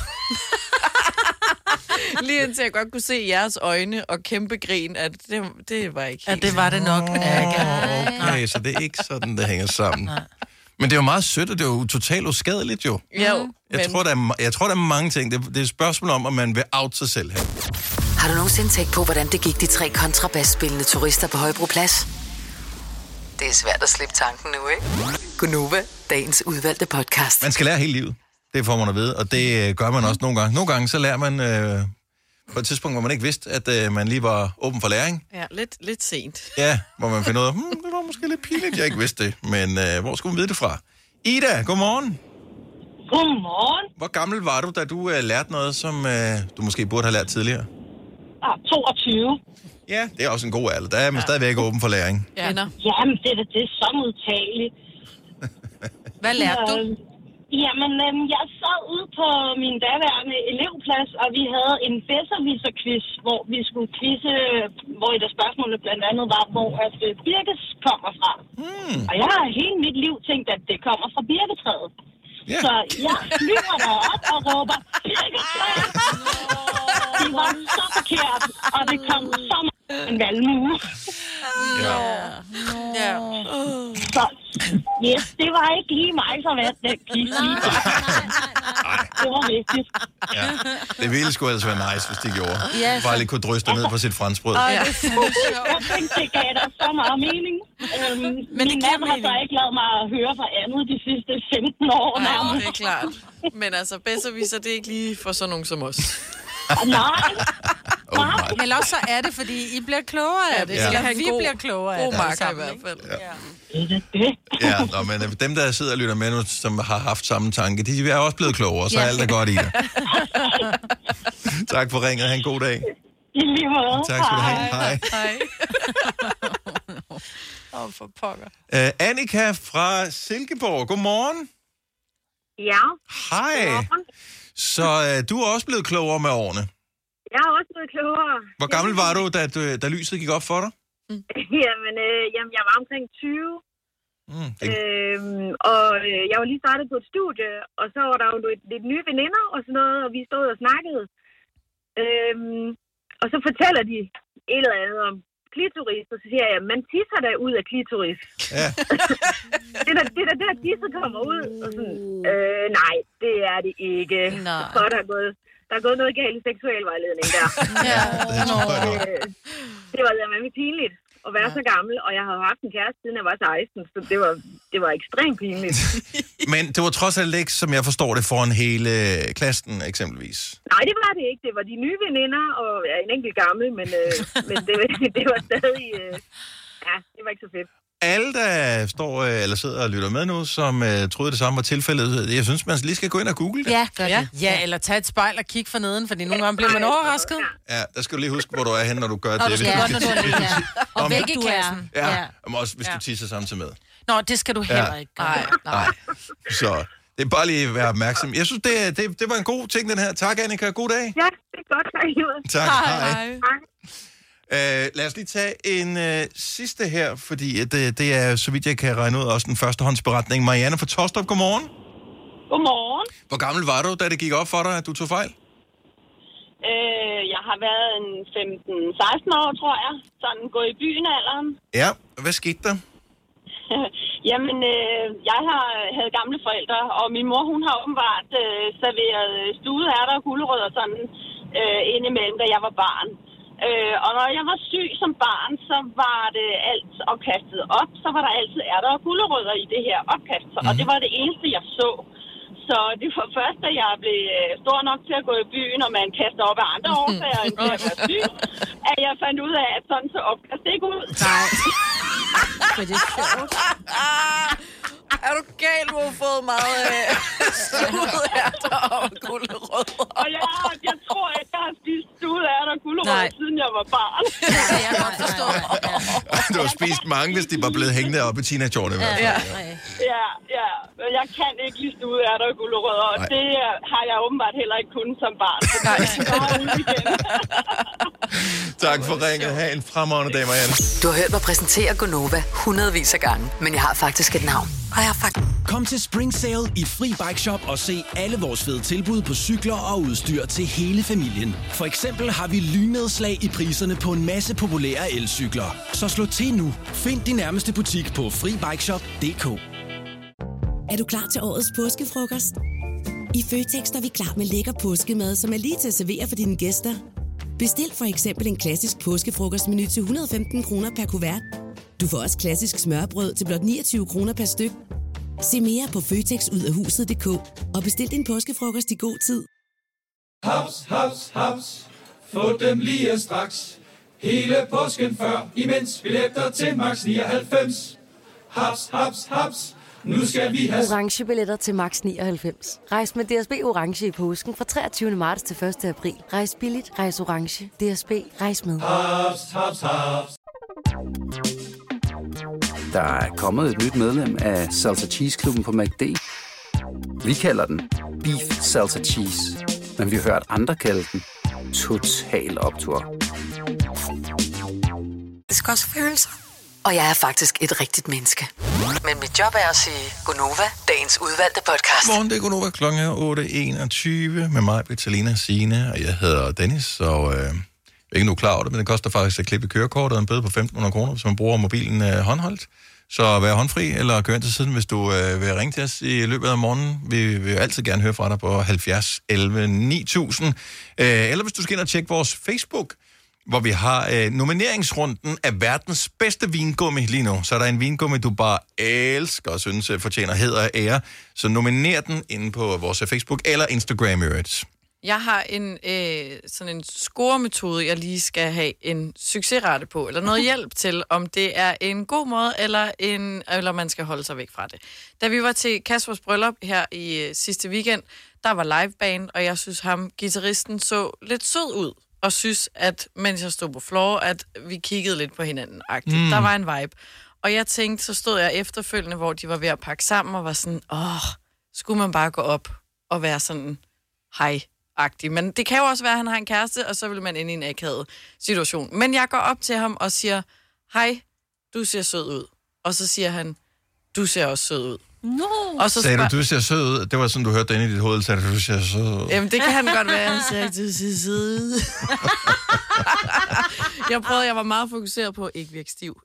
Lige indtil jeg godt kunne se jeres øjne og kæmpe grin, at det var ikke helt. Ja, det var det nok. Okay, så det er ikke sådan, det hænger sammen. Nej. Men det er jo meget sødt, og det er jo totalt uskadeligt jo. Jo. Jeg tror, der er mange ting. Det er et spørgsmål om man vil out sig selv her. Har du nogensinde tænkt på, hvordan det gik de 3 kontrabasspillende turister på Højbroplads? Det er svært at slippe tanken nu, ikke? Gunova, dagens udvalgte podcast. Man skal lære hele livet. Det får man at vide, og det gør man også nogle gange. Nogle gange så lærer man på et tidspunkt, hvor man ikke vidste, at man lige var åben for læring. Ja, lidt sent. Ja, hvor man finder ud af, det var måske lidt pinligt, jeg ikke vidste det. Men hvor skulle man vide det fra? Ida, godmorgen. Godmorgen. Hvor gammel var du, da du lærte noget, som du måske burde have lært tidligere? 22. Ja, det er også en god alder. Der er man stadigvæk åben for læring. Ja. Jamen, det er så modtageligt. Hvad lærte du? Jamen, jeg sad ude på min daværende elevplads, og vi havde en bedserviser-quiz, hvor vi skulle quizze, hvor et af spørgsmålene blandt andet var, hvor birkes kommer fra. Og jeg har hele mit liv tænkt, at det kommer fra birketræet. Yeah. Så jeg flyver derop og råber, birketræet! Det var så forkert, og det kom så meget en valmue. Så, yes, det var ikke lige mig, som var den quiz. Det var vigtigt. Ja. Det ville sgu ellers være nice, hvis de gjorde. Yes. Bare lige kunne dryste ned på sit franskbrød. Jeg tænkte, det gav da så meget mening. Men min mand har så ikke lavet mig at høre for andet de sidste 15 år. Nej, det er klart. Men altså, bedserviser, det er ikke lige for sådan nogen som os. Nej. Men også så er det, fordi I bliver klogere af det. Ja. Eller vi bliver klogere af det. God marker i hvert fald. Ja, men dem, der sidder og lytter med nu, som har haft samme tanke, de er også blevet klogere, så alt er godt i det. Tak for ringet. Ha' en god dag. I lige måde. Tak skal du have. Hej. For pokker. Annika fra Silkeborg. Godmorgen. Ja. Hej. Så du er også blevet klogere med årene. Jeg er også blevet klogere. Hvor gammel var du, da lyset gik op for dig? Jamen, jeg var omkring 20. Jeg var lige startet på et studie, og så var der jo lidt nye veninder og sådan noget, og vi stod og snakkede. Og så fortæller de et eller andet om klitoris, og så siger jeg, man tisser da ud af klitoris. Ja. det er der tisser kommer ud. Og sådan, nej, det er det ikke. Så der er gået noget galt i seksuel vejledning der. Det var meget pinligt at være så gammel, og jeg havde haft en kæreste, siden jeg var 16, så det var ekstremt pinligt. Men det var trods alt ikke, som jeg forstår det, foran hele klassen eksempelvis? Nej, det var det ikke. Det var de nye veninder, og en enkelt gammel, men det var stadig... det var ikke så fedt. Alle, der står eller sidder og lytter med nu, som troede det samme var tilfældet, jeg synes, man lige skal gå ind og google det. Ja, gør det. Ja, eller tage et spejl og kigge for neden, fordi nogle gange bliver man overrasket. Ja, der skal du lige huske, hvor du er henne, når du gør det. Og væk i klassen. Ja, også hvis du tisser samtidig med. Nå, det skal du heller ikke gøre. Nej. Så det er bare lige at være opmærksom. Jeg synes, det var en god ting, den her. Tak, Annika. God dag. Ja, det er godt. Tak. Hej. Lad os lige tage en sidste her, fordi det er, så vidt jeg kan regne ud, også den førstehåndsberetning. Marianne fra Tostrup, godmorgen. Godmorgen. Hvor gammel var du, da det gik op for dig, at du tog fejl? Jeg har været en 15-16 år, tror jeg. Sådan gået i byen alderen. Ja, hvad skete der? Jamen, jeg havde gamle forældre, og min mor, hun har åbenbart serveret stuede ærter og gulerødder og sådan indimellem, da jeg var barn. Og når jeg var syg som barn, så var det alt opkastet op. Så var der altid ærter og gulerødder i det her opkast. Og det var det eneste, jeg så. Så det var først, da jeg blev stor nok til at gå i byen, og man kaster op af andre årsager, end til at være syg, at jeg fandt ud af, at sådan så opkast ikke ud. Nej. For det er sjovt. Er du gal, hvor du har fået meget stuede ærter og gulerødder? Og jeg tror ikke, jeg har spist stuede ærter og gulerødder, siden jeg var barn. Det kan jeg godt forstå. Du har spist mange, hvis de var blevet hængende op i teenageårene i hvert fald. Ja. Men jeg kan ikke lide stuede ærter og gulerødder, og det har jeg åbenbart heller ikke kunnet som barn. Tak for ringet. Ha' en fremragende dag, Marianne. Du har hørt mig præsentere Gonova hundredvis af gange, men jeg har faktisk et navn. Og jeg har Kom til Spring Sale i Fri Bike Shop og se alle vores fede tilbud på cykler og udstyr til hele familien. For eksempel har vi lynnedslag i priserne på en masse populære elcykler. Så slå til nu. Find din nærmeste butik på FriBikeShop.dk. Er du klar til årets påskefrokost? I Føtex er vi klar med lækker påskemad, som er lige til at servere for dine gæster. Bestil for eksempel en klassisk påskefrokostmenu til 115 kroner per kuvert. Du får også klassisk smørbrød til blot 29 kroner per styk. Se mere på føtexudafhuset.dk og bestil din påskefrokost i god tid. Haps, haps, haps. Få dem lige straks. Hele påsken før, imens billetter til max 99. Haps, haps, haps. Nu skal vi have... Orange billetter til max 99. Rejs med DSB Orange i påsken fra 23. marts til 1. april. Rejs billigt, rejs orange. DSB, rejs med. Haps, haps, haps. Der er kommet et nyt medlem af Salsa Cheese Klubben på McD. Vi kalder den Beef Salsa Cheese, men vi har hørt andre kalde den Total Optur. Det skal også følelser. Og jeg er faktisk et rigtigt menneske. Men mit job er at sige Gonova, dagens udvalgte podcast. Morgen, det er Gonova, klokken er 8:21 med mig, Vitalina, Signe, og jeg hedder Dennis, og jeg er ikke nu klar over det, men det koster faktisk at klippe kørekortet og en bøde på 1.500 kroner, hvis man bruger mobilen håndholdt. Så vær håndfri, eller kør ind til siden, hvis du vil ringe til os i løbet af morgenen. Vi vil altid gerne høre fra dig på 70 11 9000. Eller hvis du skal ind og tjekke vores Facebook, hvor vi har nomineringsrunden af verdens bedste vingummi lige nu. Så er der en vingummi, du bare elsker og synes fortjener hæder og ære. Så nominer den inde på vores Facebook eller Instagram. Jeg har sådan en scoremetode, jeg lige skal have en succesrate på, eller noget hjælp til, om det er en god måde, eller man skal holde sig væk fra det. Da vi var til Kaspers bryllup her i sidste weekend, der var liveband, og jeg synes guitaristen så lidt sød ud, og synes, at mens jeg stod på floor, at vi kiggede lidt på hinanden. Der var en vibe. Og jeg tænkte, så stod jeg efterfølgende, hvor de var ved at pakke sammen, og var sådan, skulle man bare gå op og være sådan, hej-agtig. Men det kan jo også være, at han har en kæreste, og så vil man ind i en akavet situation. Men jeg går op til ham og siger, hej, du ser sød ud. Og så siger han, du ser også sød ud. No. Og så sagde du ser sød ud? Det var sådan, du hørte den i dit hoved, sagde du ser sød ud. Jamen, det kan han godt være. Han sagde, du ser sød ud. Jeg var meget fokuseret på, ikke virke stiv.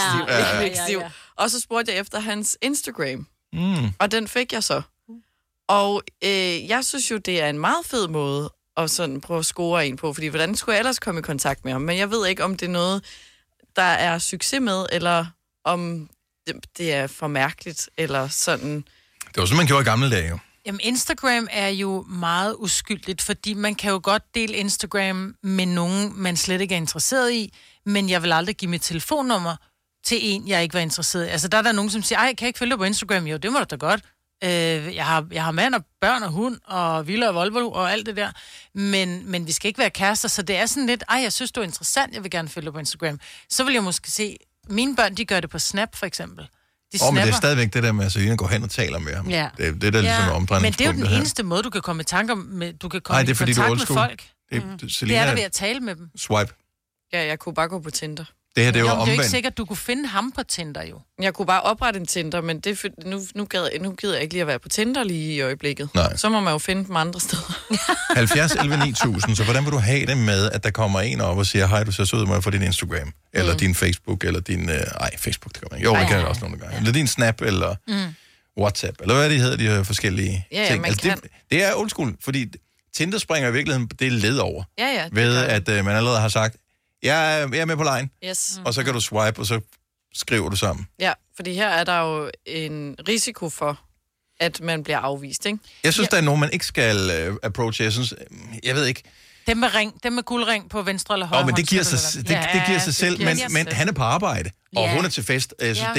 Og så spurgte jeg efter hans Instagram. Og den fik jeg så. Og jeg synes jo, det er en meget fed måde at sådan prøve at score en på, fordi hvordan skulle jeg ellers komme i kontakt med ham? Men jeg ved ikke, om det er noget, der er succes med, eller om det er for mærkeligt, eller sådan. Det var sådan, man gjorde i gamle dage jo. Jamen, Instagram er jo meget uskyldigt, fordi man kan jo godt dele Instagram med nogen, man slet ikke er interesseret i, men jeg vil aldrig give mit telefonnummer til en, jeg ikke var interesseret i. Altså, der er der nogen, som siger, ej, kan jeg ikke følge dig på Instagram? Jo, det må du da godt. Jeg har mand og børn og hund og Villa og Volvo og alt det der, men vi skal ikke være kærester, så det er sådan lidt, jeg synes, du er interessant, jeg vil gerne følge dig på Instagram. Så vil jeg måske se, mine børn, de gør det på Snap, for eksempel. Men det er stadigvæk det der med, at Selina går hen og taler med ham. Ja. Det er det, der ligesom er omdrejningspunktet. Men det er jo den eneste måde, du kan komme i tanker med, du kan komme i kontakt med folk. Det er der ved at tale med dem. Swipe. Ja, jeg kunne bare gå på Tinder. Det her, det var omvendt. Det er jo ikke sikkert, at du kunne finde ham på Tinder, jo. Jeg kunne bare oprette en Tinder, men det, nu gider jeg ikke lige at være på Tinder lige i øjeblikket. Nej. Så må man jo finde dem andre steder. 70 11 9000, så hvordan vil du have det med, at der kommer en op og siger, hej, du ser så ud med for din Instagram, eller din Facebook, eller din... Facebook, det kommer ikke. Jo, det kan jeg også nogle gange. Eller din Snap, eller WhatsApp, eller hvad det hedder, de her forskellige ting. Altså, det er old school, fordi Tinder springer i virkeligheden det led over. Ved at man allerede har sagt, jeg er med på line, og så kan du swipe, og så skriver du sammen. Ja, fordi her er der jo en risiko for, at man bliver afvist, ikke? Jeg synes, der er nogen, man ikke skal approach. Jeg ved ikke. Dem med guldring på venstre eller højre men det giver sig selv, men han er på arbejde, og hun er til fest.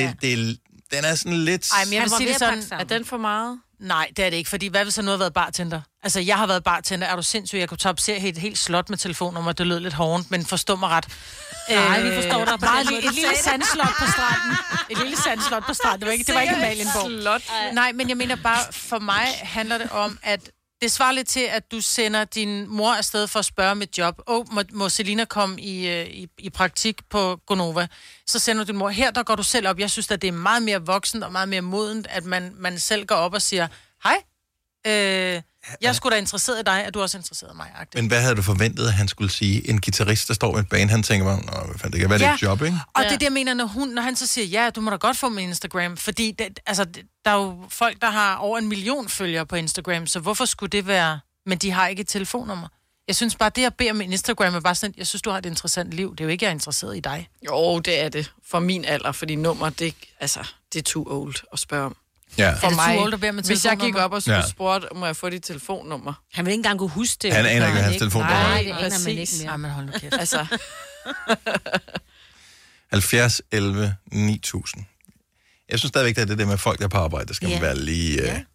Den er sådan lidt... Ej, men jeg vil sige det sådan, er den for meget? Nej, det er det ikke, fordi hvad hvis så nu har været bartender? Altså, jeg har været bartender. Er du sindssyg? Jeg kunne tapsere et helt slot med telefonnummer. Det lød lidt hårdt, men forstå mig ret. Nej, vi forstår dig. Bare et lille sandslot på stranden. Et lille sandslot på stranden. Det var ikke Amalienborg. Nej, men jeg mener bare, for mig handler det om, at det svarer lidt til, at du sender din mor afsted for at spørge om et job. Må Selina komme i praktik på Gonova? Så sender du din mor. Her, der går du selv op. Jeg synes, at det er meget mere voksent og meget mere modent, at man selv går op og siger, hej, jeg er sgu da interesseret i dig, og du er også interesseret i mig. Men hvad havde du forventet, at han skulle sige? En guitarist, der står i et band, han tænker bare, det kan være det et job, ikke? Og det er det, jeg mener, når han så siger, ja, du må da godt få min Instagram, fordi der er jo folk, der har over 1 million følgere på Instagram, så hvorfor skulle det være, men de har ikke et telefonnummer? Jeg synes bare, det jeg beder med Instagram er bare sådan, jeg synes, du har et interessant liv. Det er jo ikke, jeg er interesseret i dig. Jo, det er det. For min alder, fordi nummer, det er too old at spørge om. Ja. For mig, hvis jeg gik op og spurgte, må jeg få dit telefonnummer? Han vil ikke engang kunne huske det. Han aner ikke, hvad hans telefonnummer er. Nej, det aner man ikke mere. Nej, men hold nu kæft. 70 11 9000. Jeg synes stadigvæk, at det der med folk, der er på arbejde, der skal man være lige...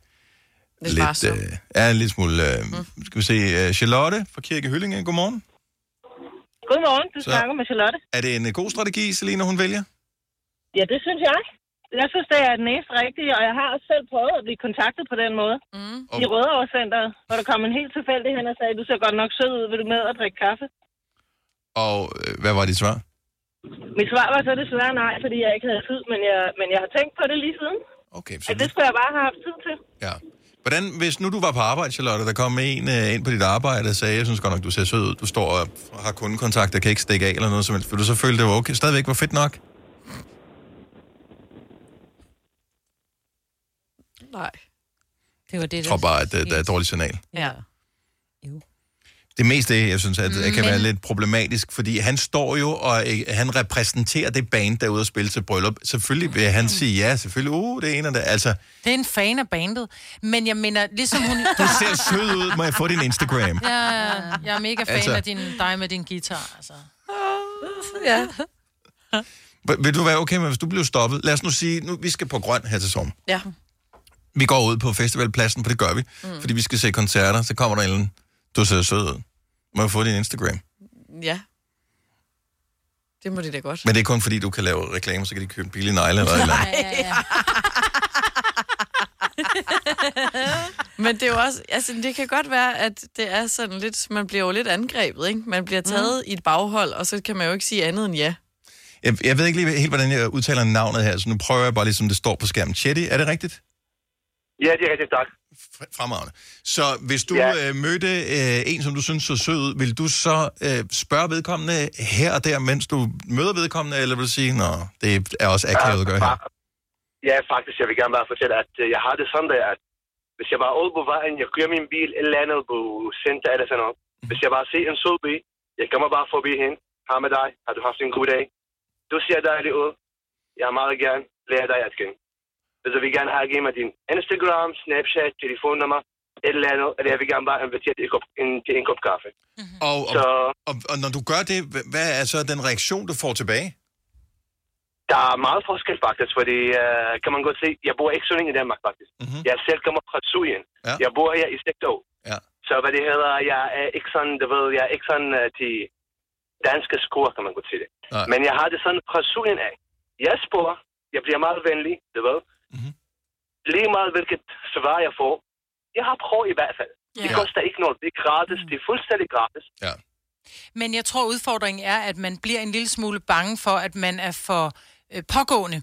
en lille smule... Skal vi se, Charlotte fra Kirke Hyllinge, godmorgen. Godmorgen, du snakker med Charlotte. Er det en god strategi, Selina, hun vælger? Ja, det synes jeg. Jeg synes, det er den eneste rigtige, og jeg har også selv prøvet at blive kontaktet på den måde. I Rødovre Centeret, hvor der kom en helt tilfældig hen og sagde, du ser godt nok sød ud, vil du med og drikke kaffe? Og hvad var dit svar? Mit svar var så desværre nej, fordi jeg ikke havde tid, men jeg har tænkt på det lige siden. Okay, så det skulle jeg bare have haft tid til. Ja. Hvordan, hvis nu du var på arbejde, Charlotte, der kom en ind på dit arbejde og sagde, jeg synes godt nok, du ser sød ud, du står og har kundekontakt, der kan ikke stikke af eller noget som helst, vil du så føle, det var okay? Stadigvæk var fedt nok? Nej. Det var det, jeg tror bare, at der er et dårligt signal. Ja. Det er mest det, jeg synes, at det kan være lidt problematisk, fordi han står jo, og han repræsenterer det band, der er ude at spille til bryllup. Selvfølgelig vil han sige ja, selvfølgelig, det er en af det. Altså, det er en fan af bandet, men jeg mener, ligesom hun... Du ser sød ud, må jeg få din Instagram? Ja, jeg er mega fan af dig med din guitar, altså. Ja. Vil du være okay med, hvis du bliver stoppet? Lad os nu sige, vi skal på Grøn her til sommer. Ja. Vi går ud på festivalpladsen, for det gør vi, fordi vi skal se koncerter, så kommer der en, du ser sød ud. Må jeg få din Instagram? Ja. Det må det da godt. Men det er kun fordi, du kan lave reklamer, så kan de købe billige negle eller eller ja. Men det er jo også, altså det kan godt være, at det er sådan lidt, man bliver jo lidt angrebet, ikke? Man bliver taget i et baghold, og så kan man jo ikke sige andet end ja. Jeg ved ikke lige helt, hvordan jeg udtaler navnet her, så nu prøver jeg bare ligesom det står på skærmen. Chetty, er det rigtigt? Ja, det er rigtigt, tak. Fremragende. Så hvis du mødte en, som du synes så sød ud, vil du så spørge vedkommende her og der, mens du møder vedkommende, eller vil du sige, nå, det er også akavet at gøre her? Ja, faktisk, jeg vil gerne bare fortælle, at jeg har det sådan der, at hvis jeg bare er ude på vejen, jeg kører min bil et eller andet på center eller sådan noget. Hvis jeg bare ser en sød bil, jeg kommer bare forbi hende. Har med dig, har du haft en god dag? Du ser dejlig ud. Jeg har meget gerne lære dig at kende. Hvis jeg vil gerne have givet mig din Instagram, Snapchat, telefonnummer, et eller andet, eller jeg vil gerne bare invitere dig til en kop kaffe. Og når du gør det, hvad er så den reaktion, du får tilbage? Der er meget forskel faktisk, fordi kan man godt se, jeg bor ikke så længe i Danmark faktisk. Jeg selv kommer fra Syrien. Ja. Jeg bor her i 6 år. Ja. Så hvad det hedder, jeg er ikke sådan, du ved, jeg er ikke sådan til danske skor, kan man godt sige det. Nej. Men jeg har det sådan fra Syrien af. Jeg spørger, jeg bliver meget venlig, du ved. Lige meget hvilket svar jeg får. Jeg har prøvet i hvert fald. Det koster ikke noget. Det er gratis. Det er fuldstændig gratis. Ja. Men jeg tror, udfordringen er, at man bliver en lille smule bange for, at man er for pågående.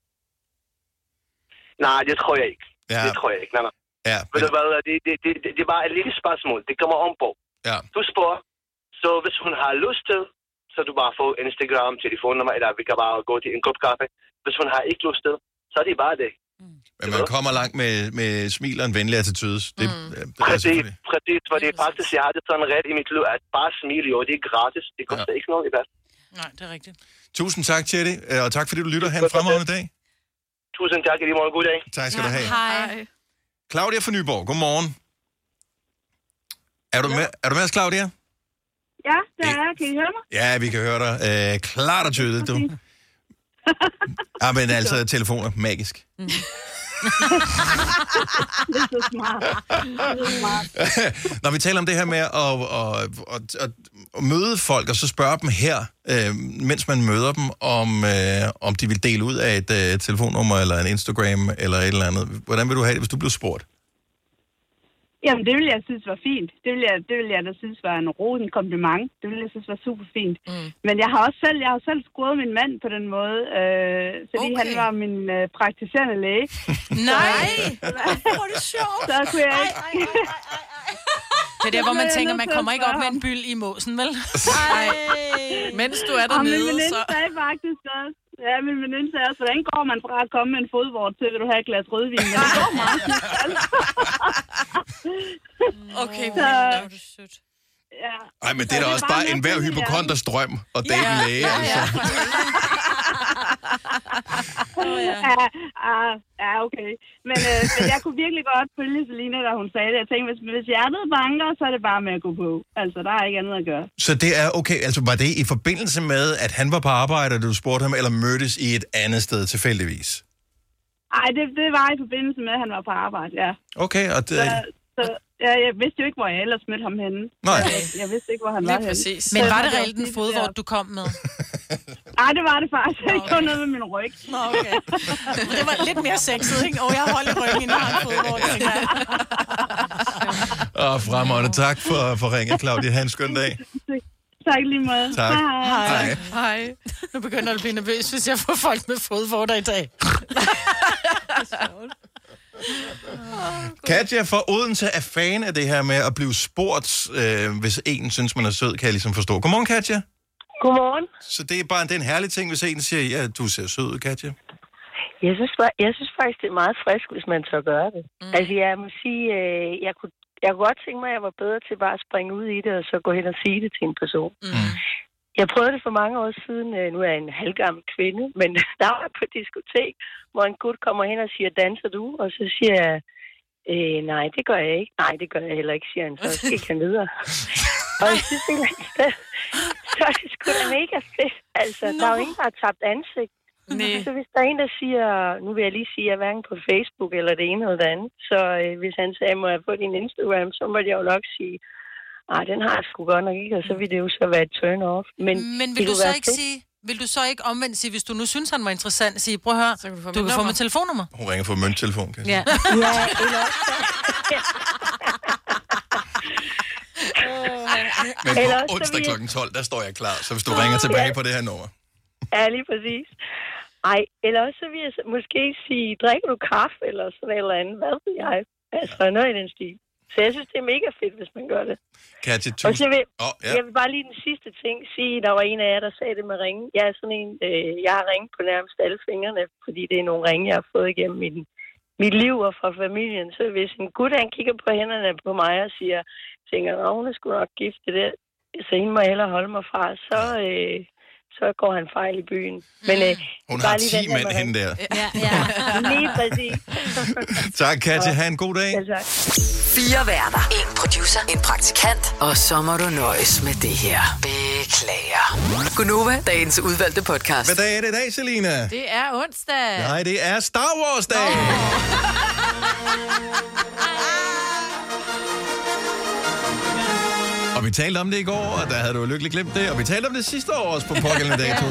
Nej, det tror jeg ikke. Ja. Det tror jeg ikke. Nej. Ja, men... Ved du hvad, det er bare et lille spørgsmål. Det kommer om på. Ja. Du spørger, så hvis hun har lyst til, så du bare får Instagram, telefonnummer, eller vi kan bare gå til en kop kaffe. Hvis hun har ikke lyst til, så er det bare det. Men man kommer langt med smil og en venlig attitude. Præcis, for det er faktisk, jeg har det sådan ret i mit liv, at bare smile, jo, det er gratis. Det koster ikke noget i hvert. Nej, det er rigtigt. Tusind tak, Chetty, og tak fordi du lytter. Ha' en fremragende dag. Tusind tak, i lige måde. God dag. Tak skal du have. Hej. Claudia fra Nyborg, godmorgen. Er du med os, Claudia? Ja, det er jeg. Kan I høre mig? Ja, vi kan høre dig. Klart og tydeligt, du. Ja, men altså, telefoner, magisk. Det er så smart. Når vi taler om det her med at møde folk, og så spørge dem her, mens man møder dem, om de vil dele ud af et telefonnummer, eller en Instagram, eller et eller andet. Hvordan vil du have det, hvis du blev spurgt? Jamen, det ville jeg synes var fint. Det ville jeg da synes var en rosen kompliment. Det ville jeg synes var super fint. Men jeg har selv scoret min mand på den måde, fordi han var min praktiserende læge. Nej! Hvor er det sjovt! Så kunne jeg ikke... Det er der, hvor man tænker, man kommer ikke op med en byld i måsen, vel? Nej. Mens du er dernede, så... Min veninde sagde faktisk også, ja, min veninde sagde også, hvordan går man fra at komme med en fodvort til, vil du have et glas rødvin? Men det går meget Okay, så... det er sødt. Ja. Ej, men det er da også bare enhver hypokonders drøm at date en læge, altså. Ja, okay. Men jeg kunne virkelig godt følge Selina, da hun sagde det. Jeg tænkte, hvis hjertet banker, så er det bare med at gå på. Altså, der er ikke andet at gøre. Så det er okay. Altså, var det i forbindelse med, at han var på arbejde, og du spurgte ham, eller mødtes i et andet sted tilfældigvis? Ej, det var i forbindelse med, at han var på arbejde, ja. Okay, og det... Så jeg vidste jo ikke, hvor jeg ellers mødte ham henne. Nej. Jeg vidste ikke, hvor han var henne. Men var det reelt en fodvort, du kom med? Nej, det var det faktisk. Jeg gjorde noget med min ryg. Nå, okay. Det var lidt mere sexet, ikke? Jeg holder ryggen, inden jeg har en fodvort. Fremragende. Tak for ringet, Claudia. Ha' en skøn dag. Tak lige meget. Tak. Hej. Hej. Nu begynder jeg at blive nervøs, hvis jeg får folk med fodvorter i dag. Katja fra Odense er fan af det her med at blive spurgt, hvis en synes, man er sød, kan jeg ligesom forstå. Godmorgen, Katja. Godmorgen. Så det er en herlig ting, hvis en siger, ja, du ser sød ud, Katja. Jeg synes faktisk, det er meget frisk, hvis man tør gøre det. Altså, jeg må sige, jeg kunne godt tænke mig, at jeg var bedre til bare at springe ud i det, og så gå hen og sige det til en person. Jeg prøvede det for mange år siden. Nu er jeg en halvgammel kvinde, men der var jeg på et diskotek, hvor en gut kommer hen og siger, danser du? Og så siger jeg, nej, det gør jeg ikke. Nej, det gør jeg heller ikke, siger han. Så gik han videre. Og jeg synes et eller andet sted, så er det sgu da mega fedt. Altså, der er jo ingen, der har tabt ansigt. Nej. Så hvis der er en, der siger, nu vil jeg lige sige, at jeg er hverken på Facebook eller det ene eller det andet, så hvis han sagde, må jeg få din Instagram, så må jeg jo nok sige, den har jeg sgu godt nok ikke, og så vil det jo så være et turn-off. Men vil du så ikke sige, vil du så ikke omvendt sige, hvis du nu synes, han var interessant, sige, prøv at høre, du kan få mit telefonnummer. Hun ringer for mønttelefon, kan jeg sige. Ja, eller Men på onsdag kl. 12, der står jeg klar, så hvis du ringer tilbage på det her nummer. Ja, lige præcis. Ej, eller også så vil jeg måske sige, drikker du kaffe, eller sådan eller andet, hvad ved jeg? Altså, noget i den stil. Så jeg synes, det er mega fedt, hvis man gør det. Katja, og så jeg vil bare lige den sidste ting sige, der var en af jer, der sagde det med ringe. Jeg er sådan en, jeg har ringet på nærmest alle fingrene, fordi det er nogle ringe, jeg har fået igennem mit liv og fra familien. Så hvis en gut, han kigger på hænderne på mig og tænker, hun er sgu nok gift det der, så hende må jeg hellere holde mig fra, så går han fejl i byen. Men, hun har 10 mænd hende der. Ja. Lige præcis. Tak, Katja. Ha' en god dag. Ja, tak. 4 værter. 1 producer. En praktikant. Og så må du nøjes med det her. Beklager. Gunova, dagens udvalgte podcast. Hvad dag er det i dag, Selina? Det er onsdag. Nej, det er Star Wars-dag. Og vi talte om det i går, og der havde du lykkeligt glemt det. Og vi talte om det sidste år også på pågældende dato.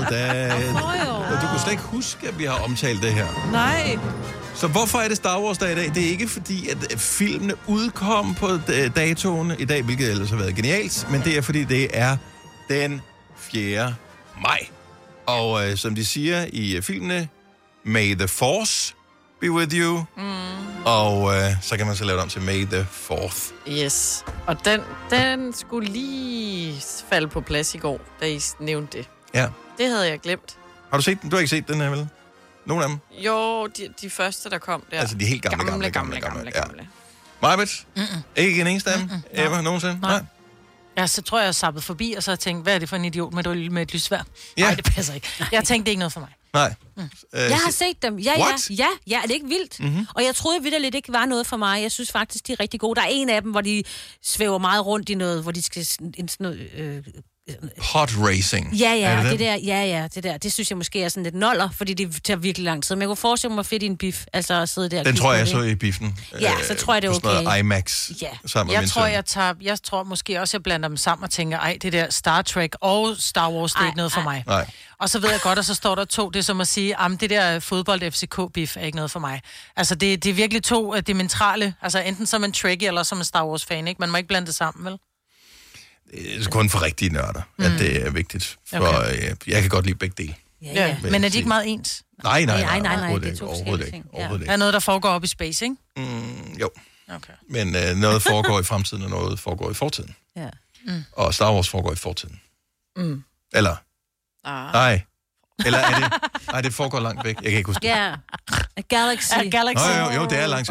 Du kunne slet ikke huske, at vi har omtalt det her. Nej. Så hvorfor er det Star Wars-dag i dag? Det er ikke fordi, at filmene udkom på datoen i dag, hvilket ellers har været genialt, men det er fordi, det er den 4. maj. Og som de siger i filmene, May the Force be with you. Og så kan man så lave det om til May the 4th. Yes. Og den skulle lige falde på plads i går, da I nævnte det. Ja. Det havde jeg glemt. Har du set den? Du har ikke set den her, vel? Nogle af dem? Jo, de første, der kom der. Altså de helt gamle. Ja. Majbet? Ikke en eneste af dem? Emma, nogensinde? Nej. Ja, så tror jeg, jeg sappede forbi, og så tænkte, hvad er det for en idiot med et lysvær? Nej, det passer ikke. Jeg tænkte, det er ikke noget for mig. Nej. Jeg har set dem. Ja, What? ja, det er ikke vildt. Mm-hmm. Og jeg troede vitterligt ikke var noget for mig. Jeg synes faktisk, de er rigtig gode. Der er en af dem, hvor de svæver meget rundt i noget, hvor de skal sådan noget... Pod racing. Ja, det der. Det synes jeg måske er sådan lidt noller, fordi det tager virkelig lang tid. Men jeg kunne forestille mig fedt i en biff, altså at sidde der. Den tror jeg så i biffen. Ja, så tror jeg, det er okay. På sådan noget IMAX. Ja. Sammen med Jeg tror måske også, jeg blander dem sammen og tænker, det der Star Trek og Star Wars, det er ikke noget for mig. Nej. Og så ved jeg godt, og så står der 2, det er som at sige, det der fodbold-FCK-biff er ikke noget for mig. Altså, det er virkelig 2 dimensionale, altså enten som en Trekkie eller som en Star Wars-fan, ikke? Man må ikke blande det sammen, vel? Det er kun for rigtige nørder, at det er vigtigt. For jeg kan godt lide begge dele. Ja. Men er de ikke meget ens? Nej, det er overhovedet ikke. Der er noget, der foregår op i space, ikke? Jo. Okay. Men noget foregår i fremtiden, og noget foregår i fortiden. Ja. Og Star Wars foregår i fortiden. Eller? Nej. Eller er det... Nej, det foregår langt væk. Jeg kan ikke huske det. Ja. Galaxy. Jo, det er langt.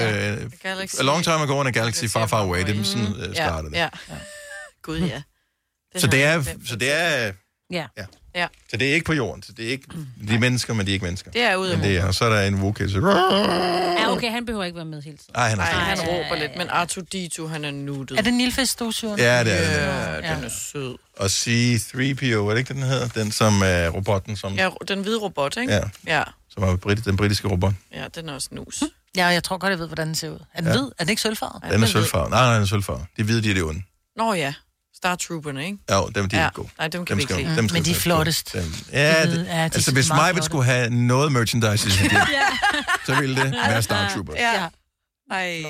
A long time ago in a galaxy far, far away. Det er sådan startede det. Ja. Gud, ja. Så det er... Ja. Så det er ikke på jorden. Så det er ikke de mennesker, men de er ikke mennesker. Det er ude af det. Og så er der en Wookiee. Ja, okay, han behøver ikke være med hele tiden. Nej, han råber lidt, men R2-D2, han er nuttet. Er det Nilfisk-støvsugeren? Ja, det er det. Den er sød. Og C-3PO, er det ikke, den hedder? Den som er robotten, som... Ja, den hvide robot, ikke? Ja. som er den britiske robot. Ja, den er også nus. Ja, jeg tror godt, jeg ved, hvordan den ser ud. Er den hvid? Er den ikke sølvfarvet? Den er sølvfarvet. Nej, den er sølvfarvet. De hvide, de er det onde. Nå ja, Star Trooperne, ikke? Ja, dem de er gode. Nej, dem kan vi ikke lide. Men de er flottest. Altså, hvis mig skulle have noget merchandise, så ville det være Star Troopers. Ja. Ej.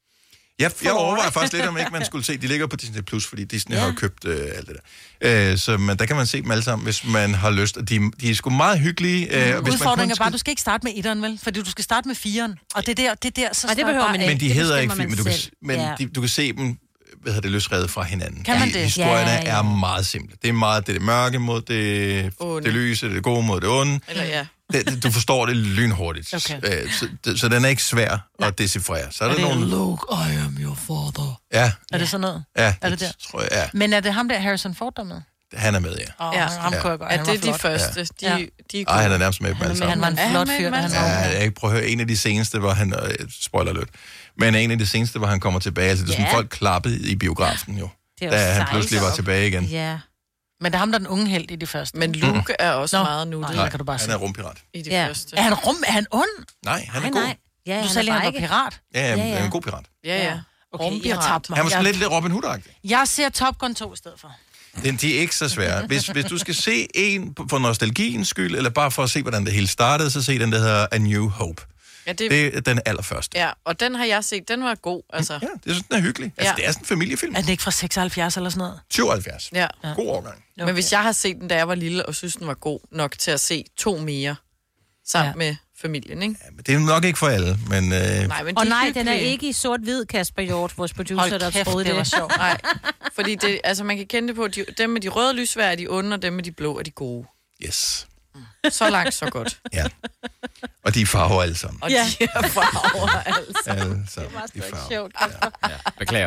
Jeg overvejer faktisk lidt, om ikke man skulle se. De ligger på Disney Plus, fordi Disney har købt alt det der. Så der kan man se dem alle sammen, hvis man har lyst. De er sgu meget hyggelige. Udfordringen er bare, du skal ikke starte med 1'eren, vel? Fordi du skal starte med 4'eren. Og det der, så det behøver man ikke. Men de hedder ikke 4, men du kan se dem løsredet fra hinanden. Kan man det? Historierne er meget simple. Det er meget det mørke mod det lyse, det gode mod det onde. Eller Du forstår det lynhurtigt. Okay. Så den er ikke svær at decifrere. Så er der nogle... Luke, I am your father. Ja. Er det sådan noget? Ja, er det der? Tror jeg, ja. Men er det ham der, Harrison Ford, der med? Han er med, Ham kunne jeg godt. Er det de første? De er han er nærmest med på alle sammen. Han var en flot fyr. Jeg prøver at høre en af de seneste, hvor han... spoiler lidt. Men en af de seneste, hvor han kommer tilbage. Altså, det er sådan, folk klappede i biografen jo. Da han pludselig var tilbage igen. Ja. Men det er ham, der er den unge held i de første. Men Luke er også meget nuttet. Nej, kan du bare han er rumpirat. I de første. Er han ond? Nej, han er god. Ja, du sagde, han var pirat. Ja, han er en god pirat. Ja. Okay, jeg tabte mig. Han var sådan lidt Robin Hood-agtig. Jeg ser Top Gun 2 i stedet for. De er ikke så svære. Hvis du skal se en for nostalgiens skyld, eller bare for at se, hvordan det hele startede, så se den, der hedder A New Hope. Ja, det er den allerførste. Ja, og den har jeg set. Den var god, altså. Ja, det er sådan, den er hyggelig. Altså, det er sådan en familiefilm. Er den ikke fra 76 eller sådan noget? 77. Ja. God årgang. Okay. Men hvis jeg har set den, da jeg var lille, og synes, den var god nok til at se 2 mere sammen med familien, ikke? Ja, men det er nok ikke for alle, men... Nej, men den er ikke i sort-hvid, Kasper Hjort, vores producer, der troede det. Var sjovt. Nej, fordi det, altså, man kan kende det på, dem med de røde lysvær er de onde, og dem med de blå er de gode. Yes. Så langt, så godt. Ja. Og de farver alle sammen. Og de er farver alle sammen. Det var så sjovt. Ja. Beklager.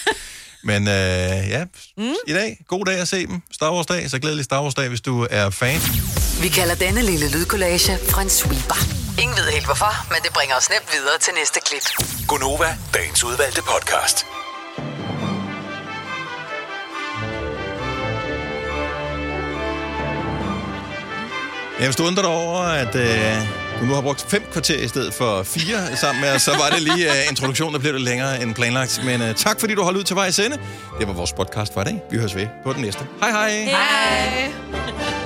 Men i dag, god dag at se dem. Star Wars dag, så glædelig Star Wars dag, hvis du er fan. Vi kalder denne lille lydkollage en sweeper. Ingen ved helt hvorfor, men det bringer os nemt videre til næste klip. Gonova, dagens udvalgte podcast. Jeg stod undret over, at du nu har brugt 5 kvarter i stedet for 4 sammen med os. Så var det lige introduktionen, der blev lidt længere end planlagt. Men tak fordi du holdt ud til vejs ende. Det var vores podcast for i dag. Vi høres ved på den næste. Hej hej! Hej!